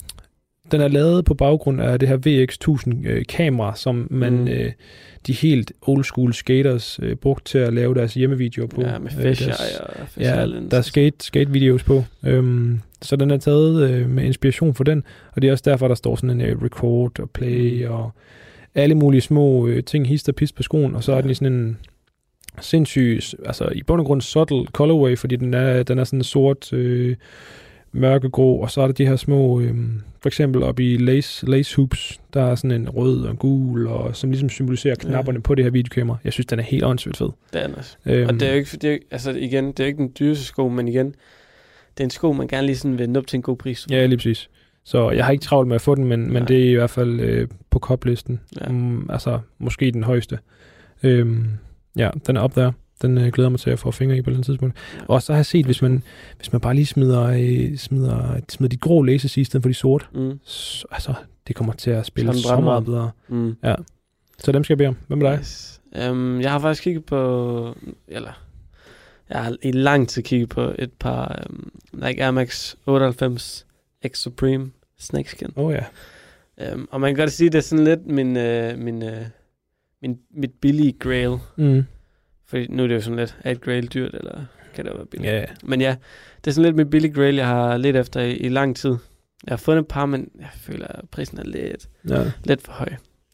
den er lavet på baggrund af det her V X tusind øh, kamera, som man, Mm. øh, de helt old school skaters øh, brugte til at lave deres hjemmevideoer på. Ja, med Øh, fisheye deres- og fisheye Ja, lens. der er skate, skate videos på. Øhm, så den er taget øh, med inspiration for den, og det er også derfor, der står sådan en øh, record og play og alle mulige små øh, ting, hist og pist på skoen, og så er den i sådan en sindssyg, altså i bund og grund subtle colorway, fordi den er, den er sådan sort, øh, mørkegrå, og så er der de her små, øh, for eksempel op i lace, lace hoops, der er sådan en rød og en gul, og som ligesom symboliserer knapperne Ja. på det her videokamera. Jeg synes, den er helt åndssvagt fed. Det er den også. Øhm, Og det er jo ikke, det er, jo ikke- altså igen, det er jo ikke den dyreste sko, men igen, det er en sko, man gerne lige sådan vil nå op til en god pris. Ja, lige præcis. Så jeg har ikke travlt med at få den, men, men Nej. det er i hvert fald øh, på koplisten. Ja. Mm, altså, måske den højeste. Øhm, ja, den er op der. Den øh, glæder mig til at få fingre i på den tidspunkt. Ja. Og så har jeg set, hvis man, hvis man bare lige smider, øh, smider, smider de grå laces i stedet for de sorte, Mm. så, altså, det kommer til at spille Sådan så brænder meget meget. bedre. Mm. Ja. Så dem skal jeg bede om. Hvad med dig? Nice. Um, jeg har faktisk kigget på, eller jeg har i lang tid kigget på et par um, Nike Air Max otteoghalvfems X Supreme Snakeskin. Åh oh, ja. Um, og man kan godt sige, det er sådan lidt min, uh, min, uh, min, mit billige grail. Mm. Fordi nu er det jo sådan lidt, er et grail dyrt, eller kan det jo være billigt? Ja, yeah. Men ja, det er sådan lidt mit billige grail, jeg har lidt efter i, i lang tid. Jeg har fundet et par, men jeg føler, at prisen er lidt, ja. lidt for høj.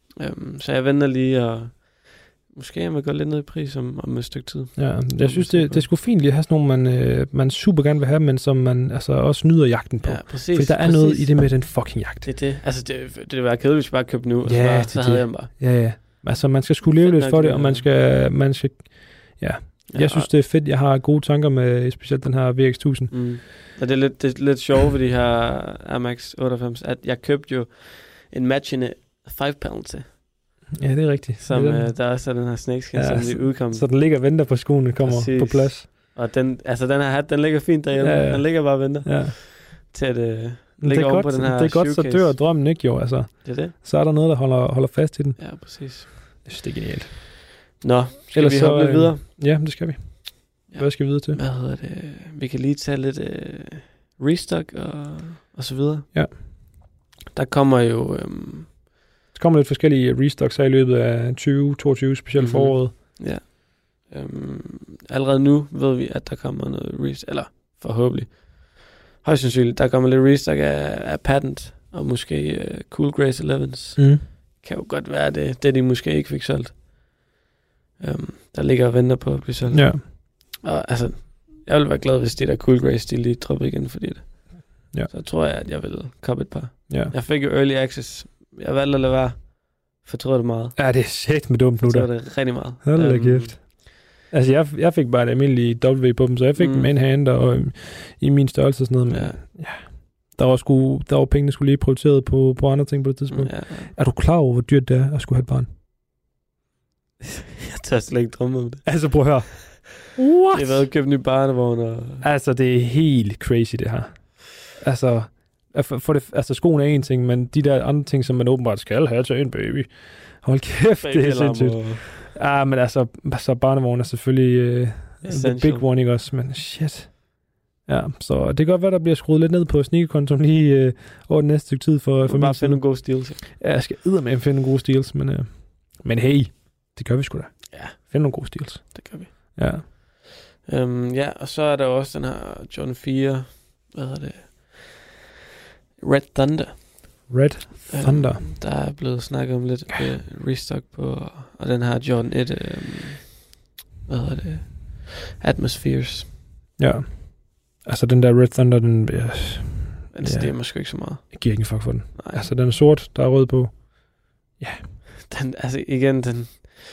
Um, så jeg venter lige, og måske jeg vil gå lidt ned i pris om, om et stykke tid. Ja, jeg synes, det, det er sgu fint lige at have sådan nogle, man, øh, man super gerne vil have, men som man altså også nyder jagten på. Ja, præcis. Fordi der er præcis. noget i det med den fucking jagt. Det er det. Altså, det, det ville være kedeligt, hvis jeg bare købte nu, og så, Ja, bare, det så er havde det. jeg dem bare. Ja, ja. Altså, man skal skulle leve Fedt lidt nok, for det, det og man er- skal, man skal, ja. Ja, Jeg synes, det er fedt. Jeg har gode tanker med specielt den her V X tusind. Mm. Og det er lidt, det er lidt sjovt ved de her Air Max otteoghalvfems, at jeg købte jo en matchende five pound til, Ja, det er rigtigt. som Det er den. øh, der også er den her snakeskin, Ja, ja, som så- de udkom. Så den ligger og venter på skoene kommer Præcis. på plads. Og den, altså den her hat, den ligger fint derhjemme. Ja, ja. Den ligger bare og venter Ja. til at øh, Men det ligge er oven godt, på den her det er godt så shoecase. dør drømmen ikke jo. Altså, Det er det. så er der noget, der holder, holder fast i den. Ja, præcis. Jeg synes, det er genialt. Nå, skal Ellers vi så, hoppe lidt øh, videre? Ja, det skal vi. Ja. Hvad skal vi videre til? Hvad hedder det? Vi kan lige tage lidt øh, restock og, og så videre. Ja. Der kommer jo... Øhm, Der kommer lidt forskellige restocks her i løbet af tyve toogtyve, specielt Mhm. foråret. ja. Øhm, allerede nu ved vi, at der kommer noget restock, eller forhåbentlig. Højst sandsynligt, der kommer lidt restock af, af patent, og måske øh, Cool Grace elevens. Mm. Kan jo godt være det, det de måske ikke fik solgt. øhm, der ligger og venter på at blive solgt. Ja. Og altså, jeg ville være glad, hvis det der Cool Grey stil lige droppede igen, fordi det. Ja. Så tror jeg, at jeg vil koppe et par. Ja. Jeg fik jo early access. Jeg valgte at lade være. Fortrød det meget. Ja, det er sæt med dumt nu der. Fortrød det rigtig meget. Hold da Øhm, kæft. Altså, jeg, jeg fik bare et almindeligt W på dem, så jeg fik mm. dem in-hand og øhm, i min størrelse og sådan noget. Men, Ja. ja. Der var, sgu, der var pengene skulle lige prioriteret på, på andre ting på det tidspunkt. Ja, ja. Er du klar over, hvor dyrt det er at skulle have et barn? Jeg tør slet ikke drømme om det. Altså, prøv at høre. What? Jeg har været købt en ny barnevogn. Og... Altså, det er helt crazy, det her. Altså, for, for det, altså skoen er en ting, men de der andre ting, som man åbenbart skal have til en baby. Hold kæft, det er sindssygt. Og... Ja, men altså, så barnevogn er selvfølgelig uh, the big one, ikke også? Men shit. Ja, så det kan godt være, der bliver skruet lidt ned på sneakerkontoen lige uh, over den næste stykke tid for, for bare min finde nogle gode steals. Ja, jeg skal eddermame finde nogle gode steals, men, uh, men hey, det gør vi sgu da. Ja. Finde nogle gode steals. Det gør vi. Ja. Um, ja, og så er der også den her Jordan fire, hvad hedder det? Red Thunder. Red Thunder. Um, der er blevet snakket om lidt uh, restock på, og den her Jordan et, um, hvad hedder det? Atmospheres. Ja. Altså den der Red Thunder, den ja, Den stiger mig sgu ikke så meget. Jeg giver ikke en fuck for den. Nej. Altså den er sort, der er rød på. Ja. Den, altså igen, den,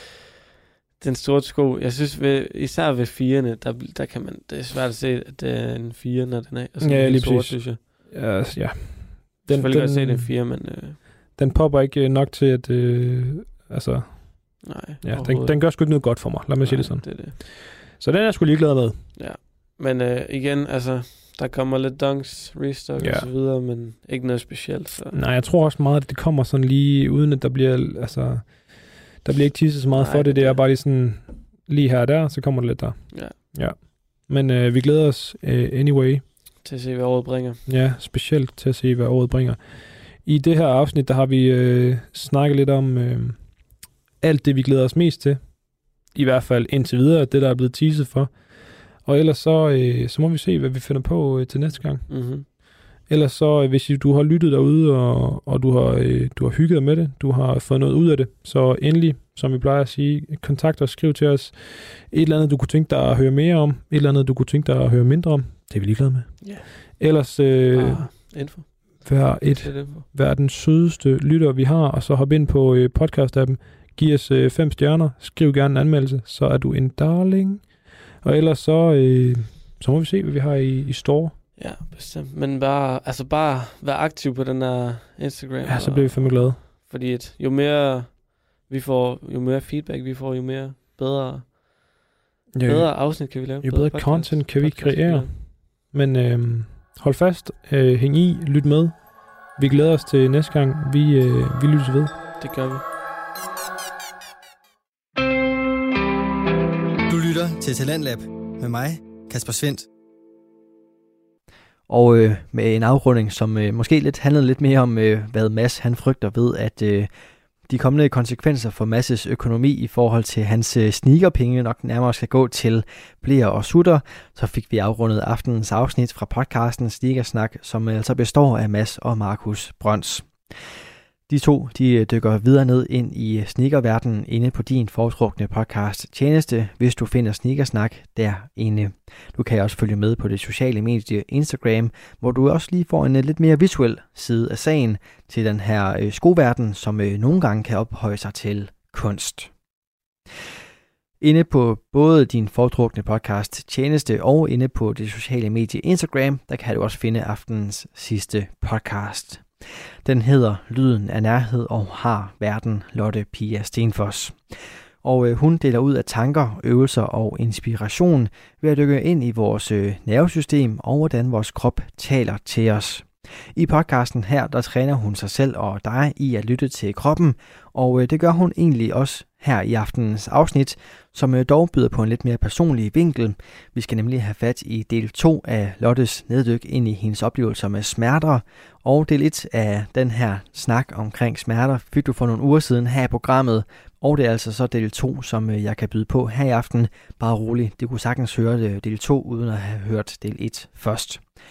den sorte sko, jeg synes ved, især ved firerne, der, der kan man, det er svært at se, at det er en fire, når den er og ja, lige sort, præcis. synes jeg. Ja, altså, ja. Den, selvfølgelig kan jeg se, det er en fire, men... Øh, den popper ikke nok til, at... Øh, altså... Nej, ja, den, den gør sgu ikke noget godt for mig, lad mig sige det sådan. Det er det. Så den er jeg sgu lige glad med. Ja, men øh, igen, altså, der kommer lidt dunks, restock ja. og så videre, men ikke noget specielt. Så. Nej, jeg tror også meget, at det kommer sådan lige, uden at der bliver, altså... Der bliver ikke tisset så meget Nej, for det, det er bare lige sådan... Lige her og der, så kommer det lidt der. Ja. Ja. Men øh, vi glæder os øh, anyway. Til at se, hvad året bringer. Ja, specielt til at se, hvad året bringer. I det her afsnit, der har vi øh, snakket lidt om øh, alt det, vi glæder os mest til. I hvert fald indtil videre, det der er blevet teaset for. Og ellers så, øh, så må vi se, hvad vi finder på øh, til næste gang. Mm-hmm. Ellers så, øh, hvis du har lyttet derude, og, og du, har, øh, du har hygget dig med det, du har fået noget ud af det, så endelig, som vi plejer at sige, kontakt os, skriv til os et eller andet, du kunne tænke dig at høre mere om, et eller andet, du kunne tænke dig at høre mindre om. Det er vi ligeglade med. Yeah. Ellers øh, ah, info. Vær, et, vær den sødeste lytter, vi har, og så hop ind på øh, podcast-appen, giv os øh, fem stjerner, skriv gerne en anmeldelse, så er du en darling. Og ellers så, øh, så må vi se, hvad vi har i, i store. Ja, bestemt. Men bare, altså bare vær aktiv på den der Instagram. Ja, så bliver vi fandme glade. Fordi at jo mere vi får, jo mere feedback vi får, jo mere bedre, ja, bedre afsnit kan vi lave. Jo bedre, bedre content kan vi kreere. Men øh, hold fast, øh, hæng i, lyt med. Vi glæder os til næste gang. Vi, øh, vi lyttes ved. Det gør vi. Du lytter til Talentlab med mig, Kasper Svendt. Og øh, med en afrunding, som øh, måske lidt handlede lidt mere om, øh, hvad Mads han frygter ved, at øh, de kommende konsekvenser for Mads' økonomi i forhold til hans øh, sneakerpenge nok nærmere skal gå til bleer og sutter, så fik vi afrundet aftenens afsnit fra podcasten Sneakersnak, som altså består af Mads og Markus Brøns. De to de dykker videre ned ind i sneakerverdenen inde på din foretrukne podcast tjeneste, hvis du finder Sneakersnak derinde. Du kan også følge med på det sociale medie Instagram, hvor du også lige får en lidt mere visuel side af sagen til den her skoverden, som nogle gange kan ophøje sig til kunst. Inde på både din foretrukne podcast tjeneste og inde på det sociale medie Instagram, der kan du også finde aftenens sidste podcast. Den hedder Lyden af nærhed og har verden Lotte Pia Stenfoss. Og øh, hun deler ud af tanker, øvelser og inspiration ved at dykke ind i vores øh, nervesystem og hvordan vores krop taler til os. I podcasten her, der træner hun sig selv og dig i at lytte til kroppen, og øh, det gør hun egentlig også her i aftenens afsnit, som øh, dog byder på en lidt mere personlig vinkel. Vi skal nemlig have fat i del to af Lottes neddyk ind i hendes oplevelser med smerter, og del et af den her snak omkring smerter fik du for nogle uger siden her i programmet, og det er altså så del to, som øh, jeg kan byde på her i aften. Bare rolig, det kunne sagtens høre del to uden at have hørt del et først.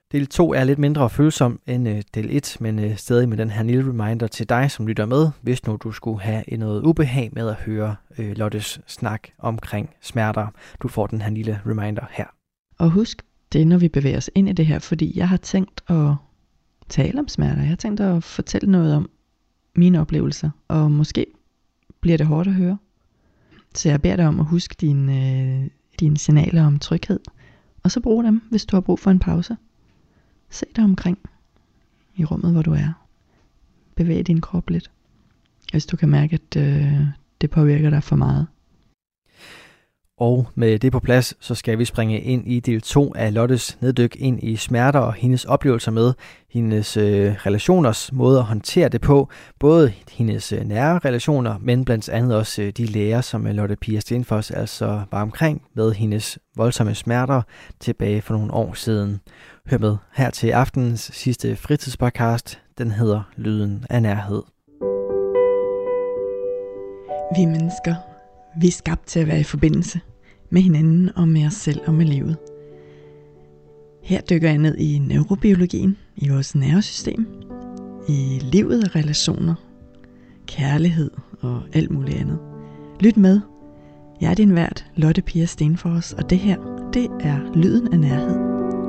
Del to er lidt mindre følsom end øh, del et, men øh, stadig med den her lille reminder til dig, som lytter med, hvis nu du skulle have noget ubehag med at høre øh, Lottes snak omkring smerter. Du får den her lille reminder her. Og husk, det er når vi bevæger os ind i det her, fordi jeg har tænkt at tale om smerter. Jeg har tænkt at fortælle noget om mine oplevelser, og måske bliver det hårdt at høre. Så jeg beder dig om at huske dine, øh, dine signaler om tryghed, og så brug dem, hvis du har brug for en pause. Se dig omkring i rummet, hvor du er. Bevæg din krop lidt, hvis du kan mærke, at øh, det påvirker dig for meget. Og med det på plads, så skal vi springe ind i del to af Lottes neddyk ind i smerter og hendes oplevelser med hendes øh, relationers måde at håndtere det på. Både hendes øh, nære relationer, men blandt andet også øh, de læger, som Lotte Pia Stenfoss altså var omkring med hendes voldsomme smerter tilbage for nogle år siden. Hør med her til aftenens sidste fritidspodcast. Den hedder Lyden af nærhed. Vi mennesker, vi er skabt til at være i forbindelse med hinanden og med os selv og med livet. Her dykker jeg ned i neurobiologien, i vores nervesystem, i livet af relationer, kærlighed og alt muligt andet. Lyt med. Jeg er din vært, Lotte Pia Stenfoss, og det her, det er Lyden af nærhed.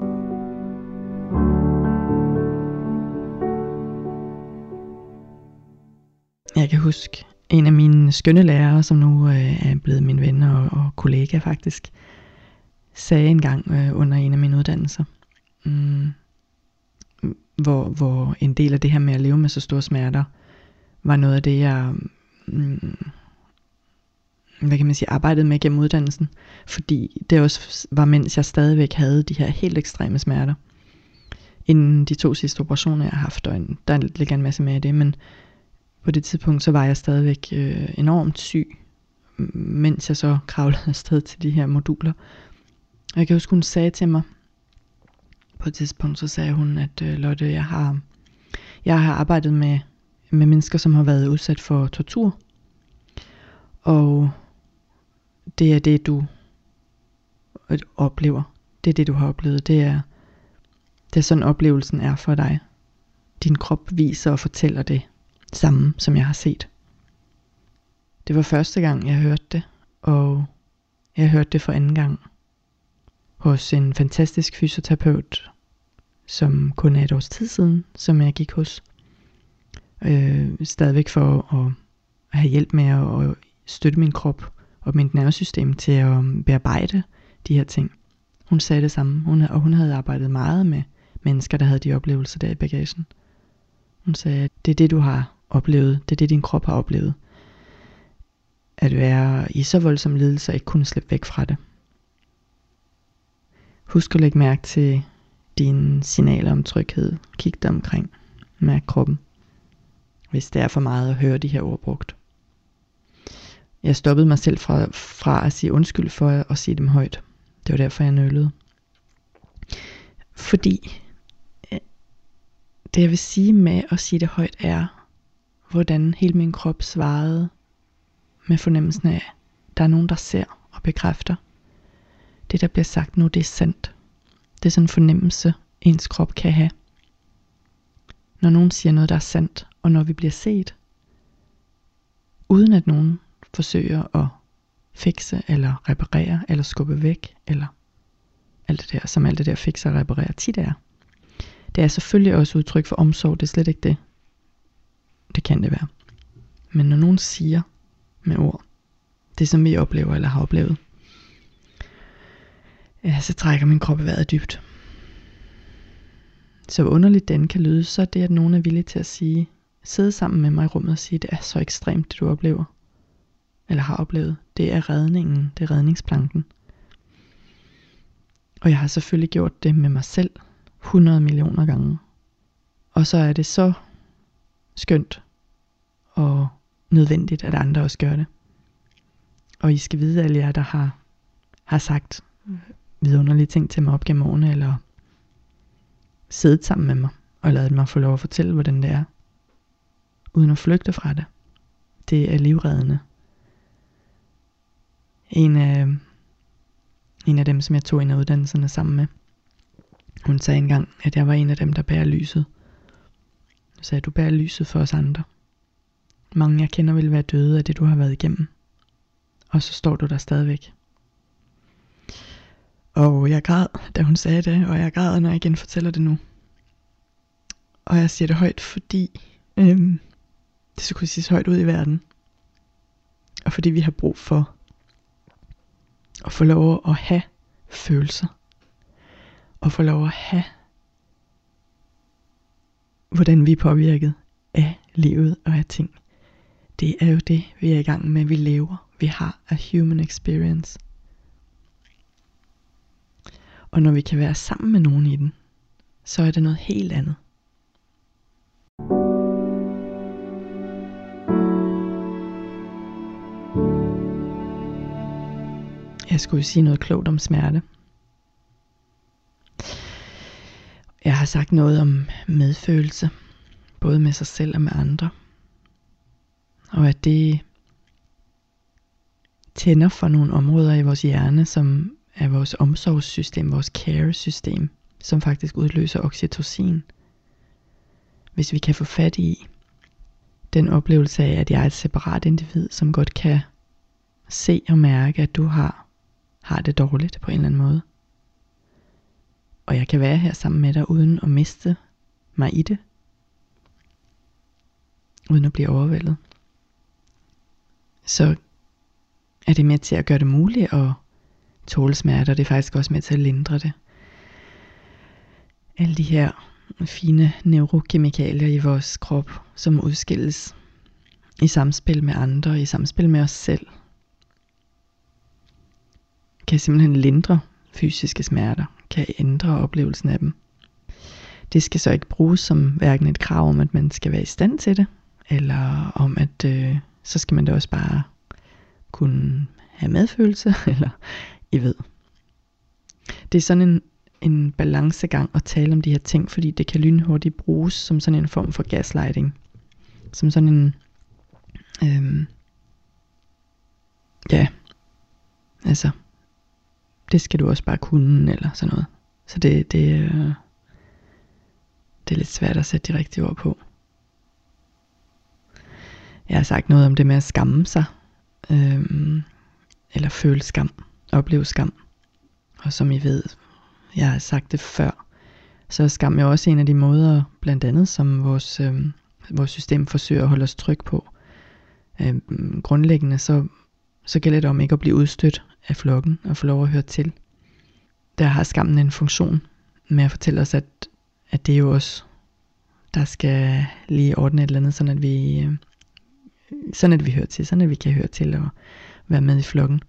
Jeg kan huske en af mine skønne lærere, som nu øh, er blevet min ven og, og kollega faktisk, sagde engang øh, under en af mine uddannelser, mm, hvor, hvor en del af det her med at leve med så store smerter, var noget af det, jeg mm, hvad kan man sige, arbejdede med gennem uddannelsen, fordi det også var, mens jeg stadigvæk havde de her helt ekstreme smerter. Inden de to sidste operationer, jeg har haft, og en, der ligger en masse med i det, men på det tidspunkt, så var jeg stadigvæk øh, enormt syg, mens jeg så kravlede afsted til de her moduler. Og jeg kan huske, hun sagde til mig, på et tidspunkt, så sagde hun, at øh, Lotte, jeg har, jeg har arbejdet med, med mennesker, som har været udsat for tortur. Og det er det, du oplever. Det er det, du har oplevet. Det er, det er sådan, oplevelsen er for dig. Din krop viser og fortæller det samme, som jeg har set. Det var første gang, jeg hørte det, og jeg hørte det for anden gang hos en fantastisk fysioterapeut, som kun er et års tid siden, som jeg gik hos. Øh, stadigvæk for at have hjælp med at støtte min krop og mit nervesystem til at bearbejde de her ting. Hun sagde det samme, hun, og hun havde arbejdet meget med mennesker, der havde de oplevelser der i bagagen. Hun sagde, at det er det, du har oplevet, det er det, din krop har oplevet. At være i så voldsom lidelse og ikke kunne slippe væk fra det. Husk at lægge mærke til dine signaler om tryghed. Kig dig omkring. Mærk kroppen. Hvis det er for meget at høre de her ord brugt. Jeg stoppede mig selv fra, fra at sige undskyld for at sige dem højt. Det var derfor, jeg nølede. Fordi det jeg vil sige med at sige det højt er, hvordan hele min krop svarede med fornemmelsen af, at der er nogen, der ser og bekræfter. Det, der bliver sagt nu, det er sandt. Det er sådan en fornemmelse, ens krop kan have. Når nogen siger noget, der er sandt, og når vi bliver set, uden at nogen forsøger at fikse, eller reparere, eller skubbe væk, eller alt det der, som alt det der fikser og reparerer tit er. Det er selvfølgelig også udtryk for omsorg, det er slet ikke det. Det kan det være. Men når nogen siger med ord, det som vi oplever eller har oplevet, ja, så trækker min krop vejret dybt. Så underligt den kan lyde, så er det, at nogen er villige til at sige, sidde sammen med mig i rummet og sige, det er så ekstremt, det du oplever, eller har oplevet. Det er redningen, det er redningsplanken. Og jeg har selvfølgelig gjort det med mig selv hundrede millioner gange. Og så er det så skønt og nødvendigt, at andre også gør det. Og I skal vide, alle jer, der har, har sagt vidunderlige ting til mig op gennem årene, eller siddet sammen med mig, og ladet mig få lov at fortælle, hvordan det er, uden at flygte fra det. Det er livreddende. En af, en af dem, som jeg tog en af uddannelserne sammen med, Hun sagde engang, at jeg var en af dem, der bærer lyset. Hun sagde, du bærer lyset for os andre. Mange jeg kender vil være døde af det, du har været igennem. Og så står du der stadigvæk. Og jeg græd, da hun sagde det, og jeg græder, når jeg igen fortæller det nu. Og jeg siger det højt, fordi øhm, det skulle siges højt ud i verden. Og fordi vi har brug for at få lov at have følelser. Og få lov at have, hvordan vi er påvirket af livet og af ting. Det er jo det, vi er i gang med. Vi lever. Vi har a human experience. Og når vi kan være sammen med nogen i den, så er det noget helt andet. Jeg skulle sige noget klogt om smerte. Jeg har sagt noget om medfølelse, både med sig selv og med andre. Og at det tænder for nogle områder i vores hjerne, som er vores omsorgssystem, vores care-system, som faktisk udløser oxytocin. Hvis vi kan få fat i den oplevelse af, at jeg er et separat individ, som godt kan se og mærke, at du har, har det dårligt på en eller anden måde. Og jeg kan være her sammen med dig, uden at miste mig i det. Uden at blive overvældet. Så er det med til at gøre det muligt at tåle smerter. Det er faktisk også med til at lindre det. Alle de her fine neurokemikalier i vores krop, som udskilles i samspil med andre, i samspil med os selv, kan simpelthen lindre fysiske smerter, kan ændre oplevelsen af dem. Det skal så ikke bruges som hverken et krav om, at man skal være i stand til det, eller om, at øh, så skal man da også bare kunne have medfølelse, eller I ved. Det er sådan en, en balancegang at tale om de her ting, fordi det kan lynhurtigt bruges som sådan en form for gaslighting. Som sådan en, øhm, ja, altså, det skal du også bare kunne, eller sådan noget. Så det, det, øh, det er lidt svært at sætte de rigtige ord på. Jeg har sagt noget om det med at skamme sig, øhm, eller føle skam, opleve skam. Og som I ved, jeg har sagt det før, så er skam jo også en af de måder, blandt andet, som vores, øhm, vores system forsøger at holde os tryg på. Øhm, grundlæggende så, så gælder det om ikke at blive udstødt af flokken og få lov at høre til. Der har skammen en funktion med at fortælle os, at, at det er jo os, der skal lige ordne et eller andet, sådan at vi, øh, sådan at vi hører til, sådan at vi kan høre til og være med i flokken.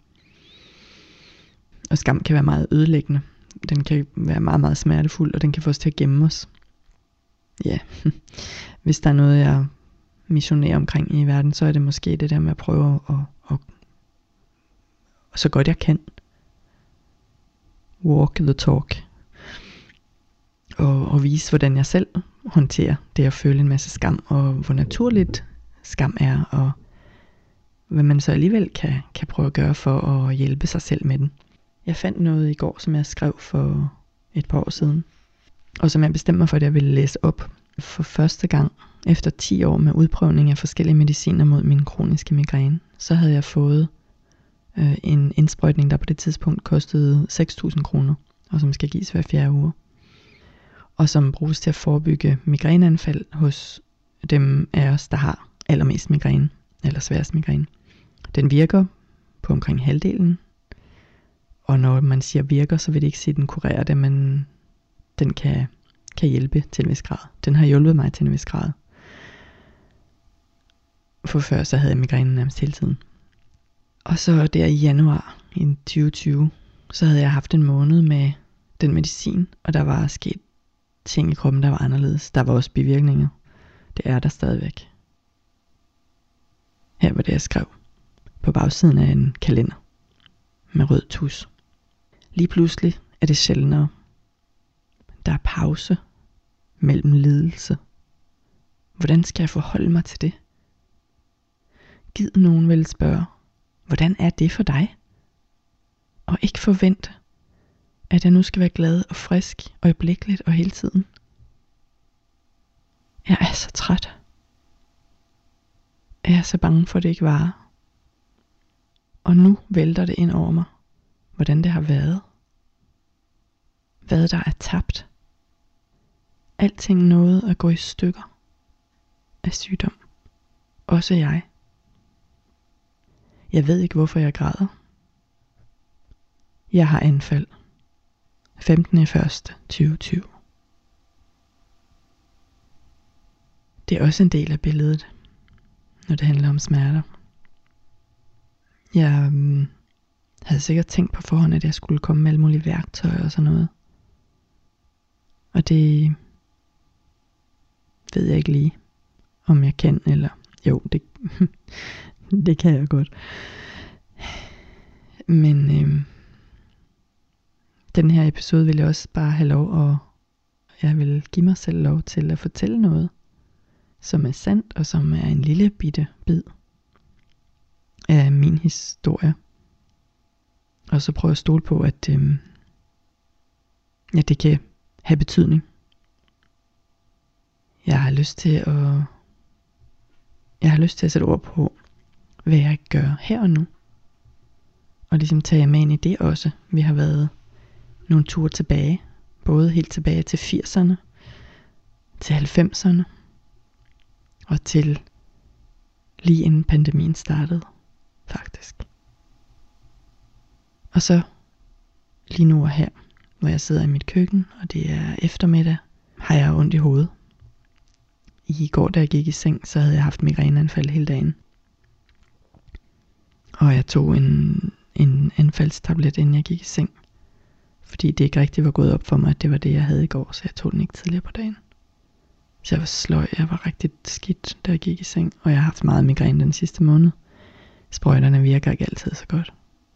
Og skam kan være meget ødelæggende. Den kan være meget, meget smertefuld, og den kan få os til at gemme os. Ja, hvis der er noget, jeg missionerer omkring i verden, så er det måske det der med at prøve at, at, at så godt jeg kan, walk the talk, og, og vise, hvordan jeg selv håndterer det at føle en masse skam, og hvor naturligt skam er, og hvad man så alligevel kan, kan prøve at gøre for at hjælpe sig selv med den. Jeg fandt noget i går, som jeg skrev for et par år siden, og som jeg bestemte mig for, at jeg ville læse op. For første gang efter ti år med udprøvning af forskellige mediciner mod min kroniske migræne, så havde jeg fået øh, en indsprøjtning, der på det tidspunkt kostede seks tusind kroner, og som skal gives hver fjerde uge, og som bruges til at forebygge migræneanfald hos dem af os, der har allermest migræne, eller sværest migræne. Den virker på omkring halvdelen, og når man siger virker, så vil det ikke sige, at den kurerer det, men den kan, kan hjælpe til en vis grad. Den har hjulpet mig til en vis grad. For før så havde jeg migræne nærmest hele tiden. Og så der i januar i tyve tyve, så havde jeg haft en måned med den medicin, og der var sket ting i kroppen, der var anderledes. Der var også bivirkninger. Det er der stadigvæk. Her var det, jeg skrev på bagsiden af en kalender med rød tus. Lige pludselig er det sjældnere. Der er pause mellem lidelse. Hvordan skal jeg forholde mig til det? Gid nogen vil spørge, hvordan er det for dig? Og ikke forvente, At jeg nu skal være glad og frisk, øjeblikkeligt og hele tiden. Jeg er så træt. Jeg er så bange for, at det ikke varer. Og nu vælter det ind over mig, hvordan det har været. Hvad der er tabt. Alting nåede at gå i stykker af sygdom. Også jeg. Jeg ved ikke, hvorfor jeg græder. Jeg har anfald. femtende første tyve tyve. Det er også en del af billedet, når det handler om smerter. Jeg um, havde sikkert tænkt på forhånd, at jeg skulle komme med alle mulige værktøjer og sådan noget. Og det ved jeg ikke lige, om jeg kan, eller jo, det, det kan jeg godt. Men øhm, den her episode vil jeg også bare have lov, og jeg vil give mig selv lov til at fortælle noget, som er sandt, og som er en lille bitte bid af min historie. Og så prøve at stole på, at øhm, ja, det kan have betydning. Jeg har lyst til at Jeg har lyst til at sætte ord på, hvad jeg gør her og nu. Og ligesom tage med ind i det også. Vi har været nogle ture tilbage. Både helt tilbage til firserne, til halvfemserne, og til lige inden pandemien startede, faktisk. Og så lige nu og her, hvor jeg sidder i mit køkken, og det er eftermiddag, har jeg ondt i hovedet. I går, da jeg gik i seng, så havde jeg haft migræneanfald hele dagen. Og jeg tog en, en anfaldstablet, inden jeg gik i seng. Fordi det ikke rigtig var gået op for mig, at det var det, jeg havde i går, så jeg tog den ikke tidligere på dagen. Så jeg var sløj, jeg var rigtig skidt, da jeg gik i seng. Og jeg har haft meget migræne den sidste måned. Sprøjterne virker ikke altid så godt.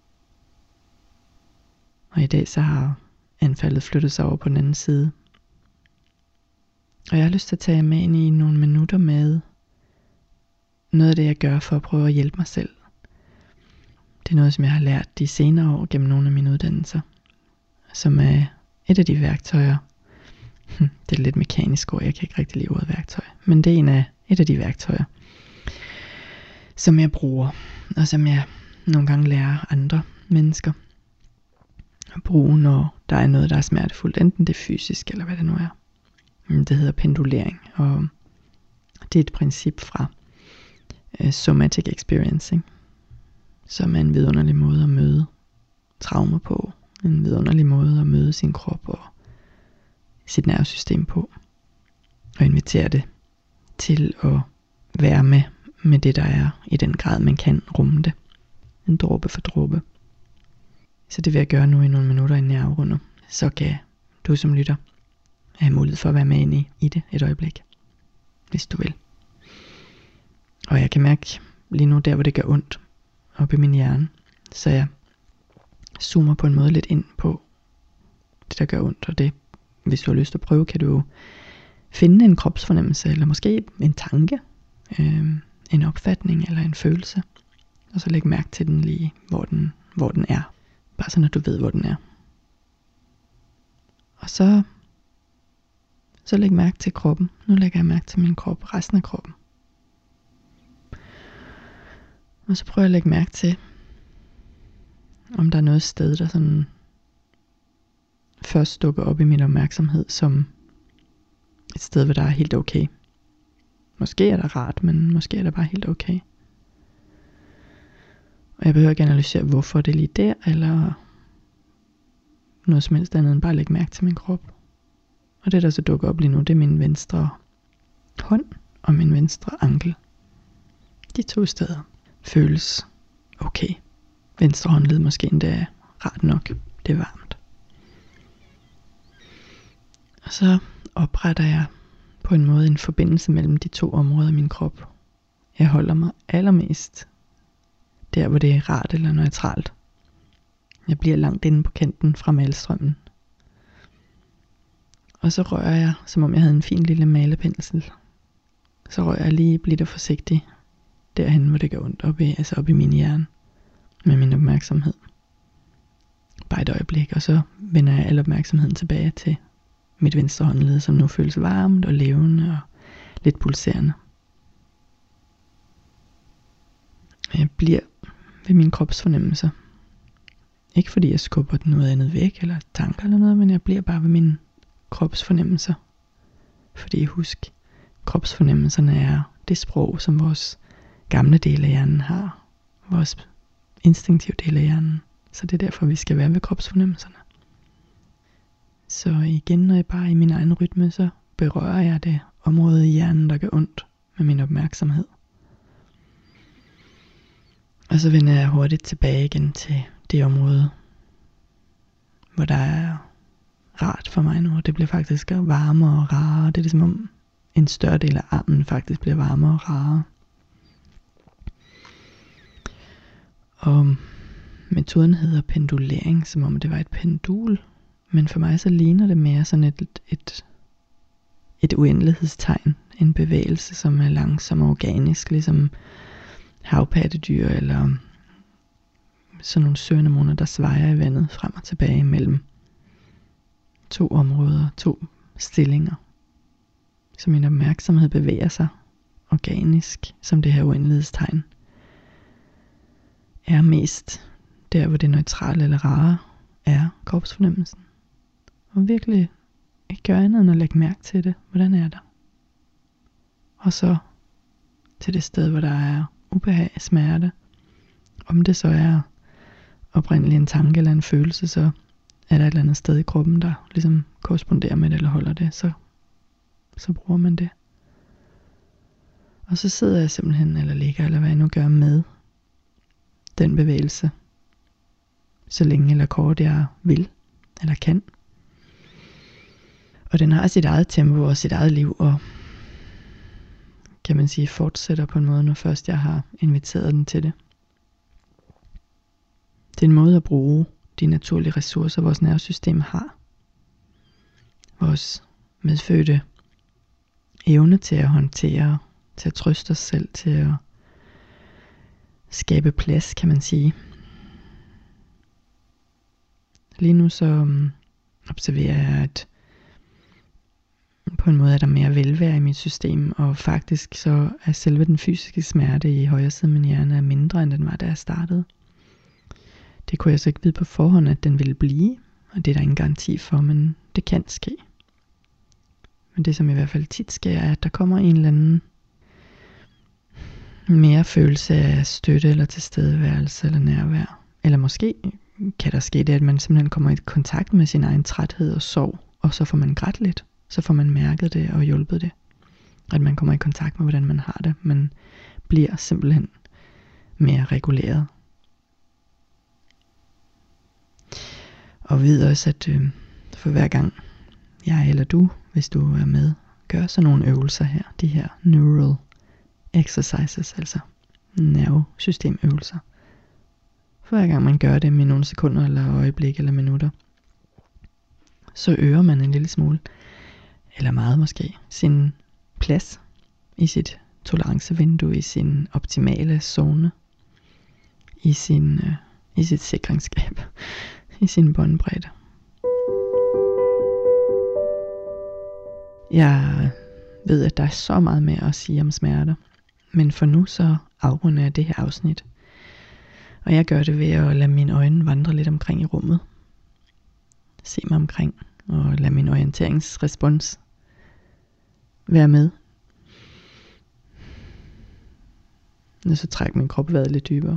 Og i dag så har anfaldet flyttet sig over på den anden side. Og jeg har lyst til at tage med ind i nogle minutter med noget af det, jeg gør for at prøve at hjælpe mig selv. Det er noget, som jeg har lært de senere år gennem nogle af mine uddannelser. Som er et af de værktøjer. Det er lidt mekanisk ord, jeg kan ikke rigtig lide ordet værktøj. Men det er en af, et af de værktøjer, som jeg bruger. Og som jeg nogle gange lærer andre mennesker at bruge, når der er noget, der er smertefuldt. Enten det er fysisk, eller hvad det nu er. Det hedder pendulering, og det er et princip fra uh, somatic experiencing, som er en vidunderlig måde at møde traumer på, en vidunderlig måde at møde sin krop og sit nervesystem på, og invitere det til at være med, med det der er, i den grad man kan rumme det, en dråbe for dråbe. Så det vil jeg gøre nu i nogle minutter, inden jeg afrunder, så kan du som lytter have mulighed for at være med ind i, i det et øjeblik, hvis du vil. Og jeg kan mærke lige nu, der hvor det gør ondt op i min hjerne, så jeg zoomer på en måde lidt ind på det, der gør ondt. Og det, hvis du har lyst til at prøve, kan du jo finde en kropsfornemmelse, eller måske en tanke, øh, en opfatning eller en følelse, og så lægge mærke til den lige, hvor den, hvor den er. Bare sådan, at du ved, hvor den er. Og så Så læg mærke til kroppen. Nu lægger jeg mærke til min krop, resten af kroppen. Og så prøver jeg at lægge mærke til, om der er noget sted, der sådan først dukker op i min opmærksomhed, som et sted, hvor der er helt okay. Måske er der rart, men måske er det bare helt okay. Og jeg behøver ikke analysere, hvorfor det er lige der, eller noget som helst andet, end bare at lægge mærke til min krop. Og det der så dukker op lige nu, det er min venstre hånd og min venstre ankel. De to steder føles okay. Venstre håndled måske endda rart nok. Det er varmt. Og så opretter jeg på en måde en forbindelse mellem de to områder af min krop. Jeg holder mig allermest der, hvor det er rart eller neutralt. Jeg bliver langt inde på kanten fra malstrømmen. Og så rører jeg, som om jeg havde en fin lille malepensel. Så rører jeg lige blidt og forsigtigt derhen, hvor det gør ondt, op i, altså op i min hjerne, med min opmærksomhed. bare et øjeblik, og så vender jeg al opmærksomheden tilbage til mit venstre håndled, som nu føles varmt og levende og lidt pulserende. Jeg bliver ved mine kropsfornemmelser. Ikke fordi jeg skubber noget andet væk, eller tanker eller noget, men jeg bliver bare ved mine kropsfornemmelser. Fordi husk, kropsfornemmelserne er det sprog, som vores gamle del af hjernen har. Vores instinktive del af hjernen. Så det er derfor, vi skal være ved kropsfornemmelserne. Så igen, når jeg bare er i min egen rytme, så berører jeg det område i hjernen, der gør ondt med min opmærksomhed. Og så vender jeg hurtigt tilbage igen til det område, hvor der er rart for mig nu. Det bliver faktisk varmere og rarere. Det er ligesom om en større del af armen faktisk bliver varmere og rarere. Og metoden hedder pendulering, som om det var et pendul. Men for mig så ligner det mere sådan et, et, et uendelighedstegn. En bevægelse, som er langsom og organisk, ligesom havpattedyr eller sådan nogle søanemoner, der svejer i vandet frem og tilbage mellem to områder, to stillinger. Så min opmærksomhed bevæger sig organisk, som det her uendelighedstegn er mest der, hvor det neutrale eller rare er kropsfornemmelsen. Og virkelig ikke gøre andet end at lægge mærke til det. Hvordan er det? Og så til det sted, hvor der er ubehag, smerte. Om det så er oprindeligt en tanke eller en følelse, så er der et eller andet sted i kroppen, der ligesom korresponderer med det eller holder det, så, så bruger man det. Og så sidder jeg simpelthen, eller ligger, eller hvad jeg nu gør med den bevægelse, så længe eller kort jeg vil, eller kan. Og den har sit eget tempo og sit eget liv, og kan man sige fortsætter på en måde, når først jeg har inviteret den til det. Det er en måde at bruge de naturlige ressourcer, vores nervesystem har. Vores medfødte evne til at håndtere, til at trøste os selv, til at skabe plads, kan man sige. Lige nu så um, observerer jeg, at på en måde er der mere velvære i mit system, og faktisk så er selve den fysiske smerte i højre side af min hjerne mindre, end den var, da jeg startede. Det kunne jeg så ikke vide på forhånd, at den ville blive, og det er der ingen garanti for, men det kan ske. Men det som i hvert fald tit sker, er, at der kommer en eller anden mere følelse af støtte, eller tilstedeværelse, eller nærvær. Eller måske kan der ske det, at man simpelthen kommer i kontakt med sin egen træthed og sorg, og så får man grædt lidt. Så får man mærket det og hjulpet det. At man kommer i kontakt med, hvordan man har det. Man bliver simpelthen mere reguleret. Og ved også, at øh, for hver gang jeg eller du, hvis du er med, gør sådan nogle øvelser her. De her neural exercises, altså nervesystemøvelser. For hver gang man gør det med nogle sekunder, eller øjeblik, eller minutter, så øger man en lille smule, eller meget måske, sin plads i sit tolerancevindue, i sin optimale zone, i, sin, øh, i sit sikringsskab, i sin båndbredde. Jeg ved, at der er så meget mere at sige om smerter, men for nu så afrunder jeg det her afsnit. Og jeg gør det ved at lade mine øjne vandre lidt omkring i rummet. Se mig omkring og lade min orienteringsrespons være med. Og så trækker min krop vejret lidt dybere.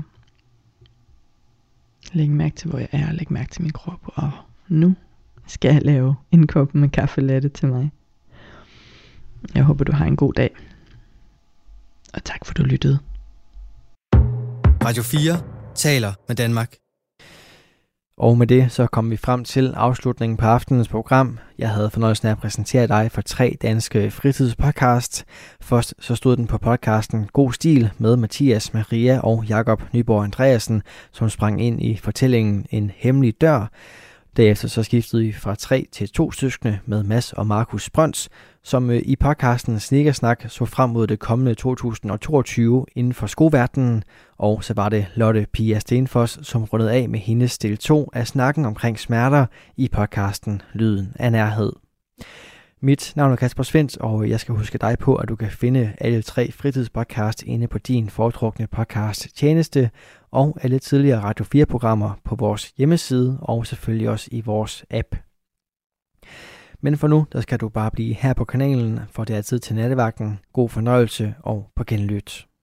Læg mærke til, hvor jeg er, og læg mærke til min krop. Og nu skal jeg lave en kop med kaffe latte til mig. Jeg håber, du har en god dag. Og tak for, du lyttede. Radio fire taler med Danmark. Og med det så kom vi frem til afslutningen på aftenens program. Jeg havde fornøjelsen af at præsentere dig for tre danske fritidspodcasts. Først så stod den på podcasten God Stil med Mathias, Maria og Jakob Nyborg Andreasen, som sprang ind i fortællingen En Hemmelig Dør. Derefter så skiftede I fra tre til to søskende med Mads og Markus Brøns, som i podcasten Sneakersnak så frem mod det kommende to tusind og toogtyve inden for skoverdenen. Og så var det Lotte Pia Stenfoss, som rundede af med hendes del to af snakken omkring smerter i podcasten Lyden af Nærhed. Mit navn er Kasper Svendt, og jeg skal huske dig på, at du kan finde alle tre fritidspodcast inde på din foretrukne podcast tjeneste og alle tidligere Radio fire-programmer på vores hjemmeside og selvfølgelig også i vores app. Men for nu, der skal du bare blive her på kanalen, for det er tid til nattevagten. God fornøjelse og på genlyt.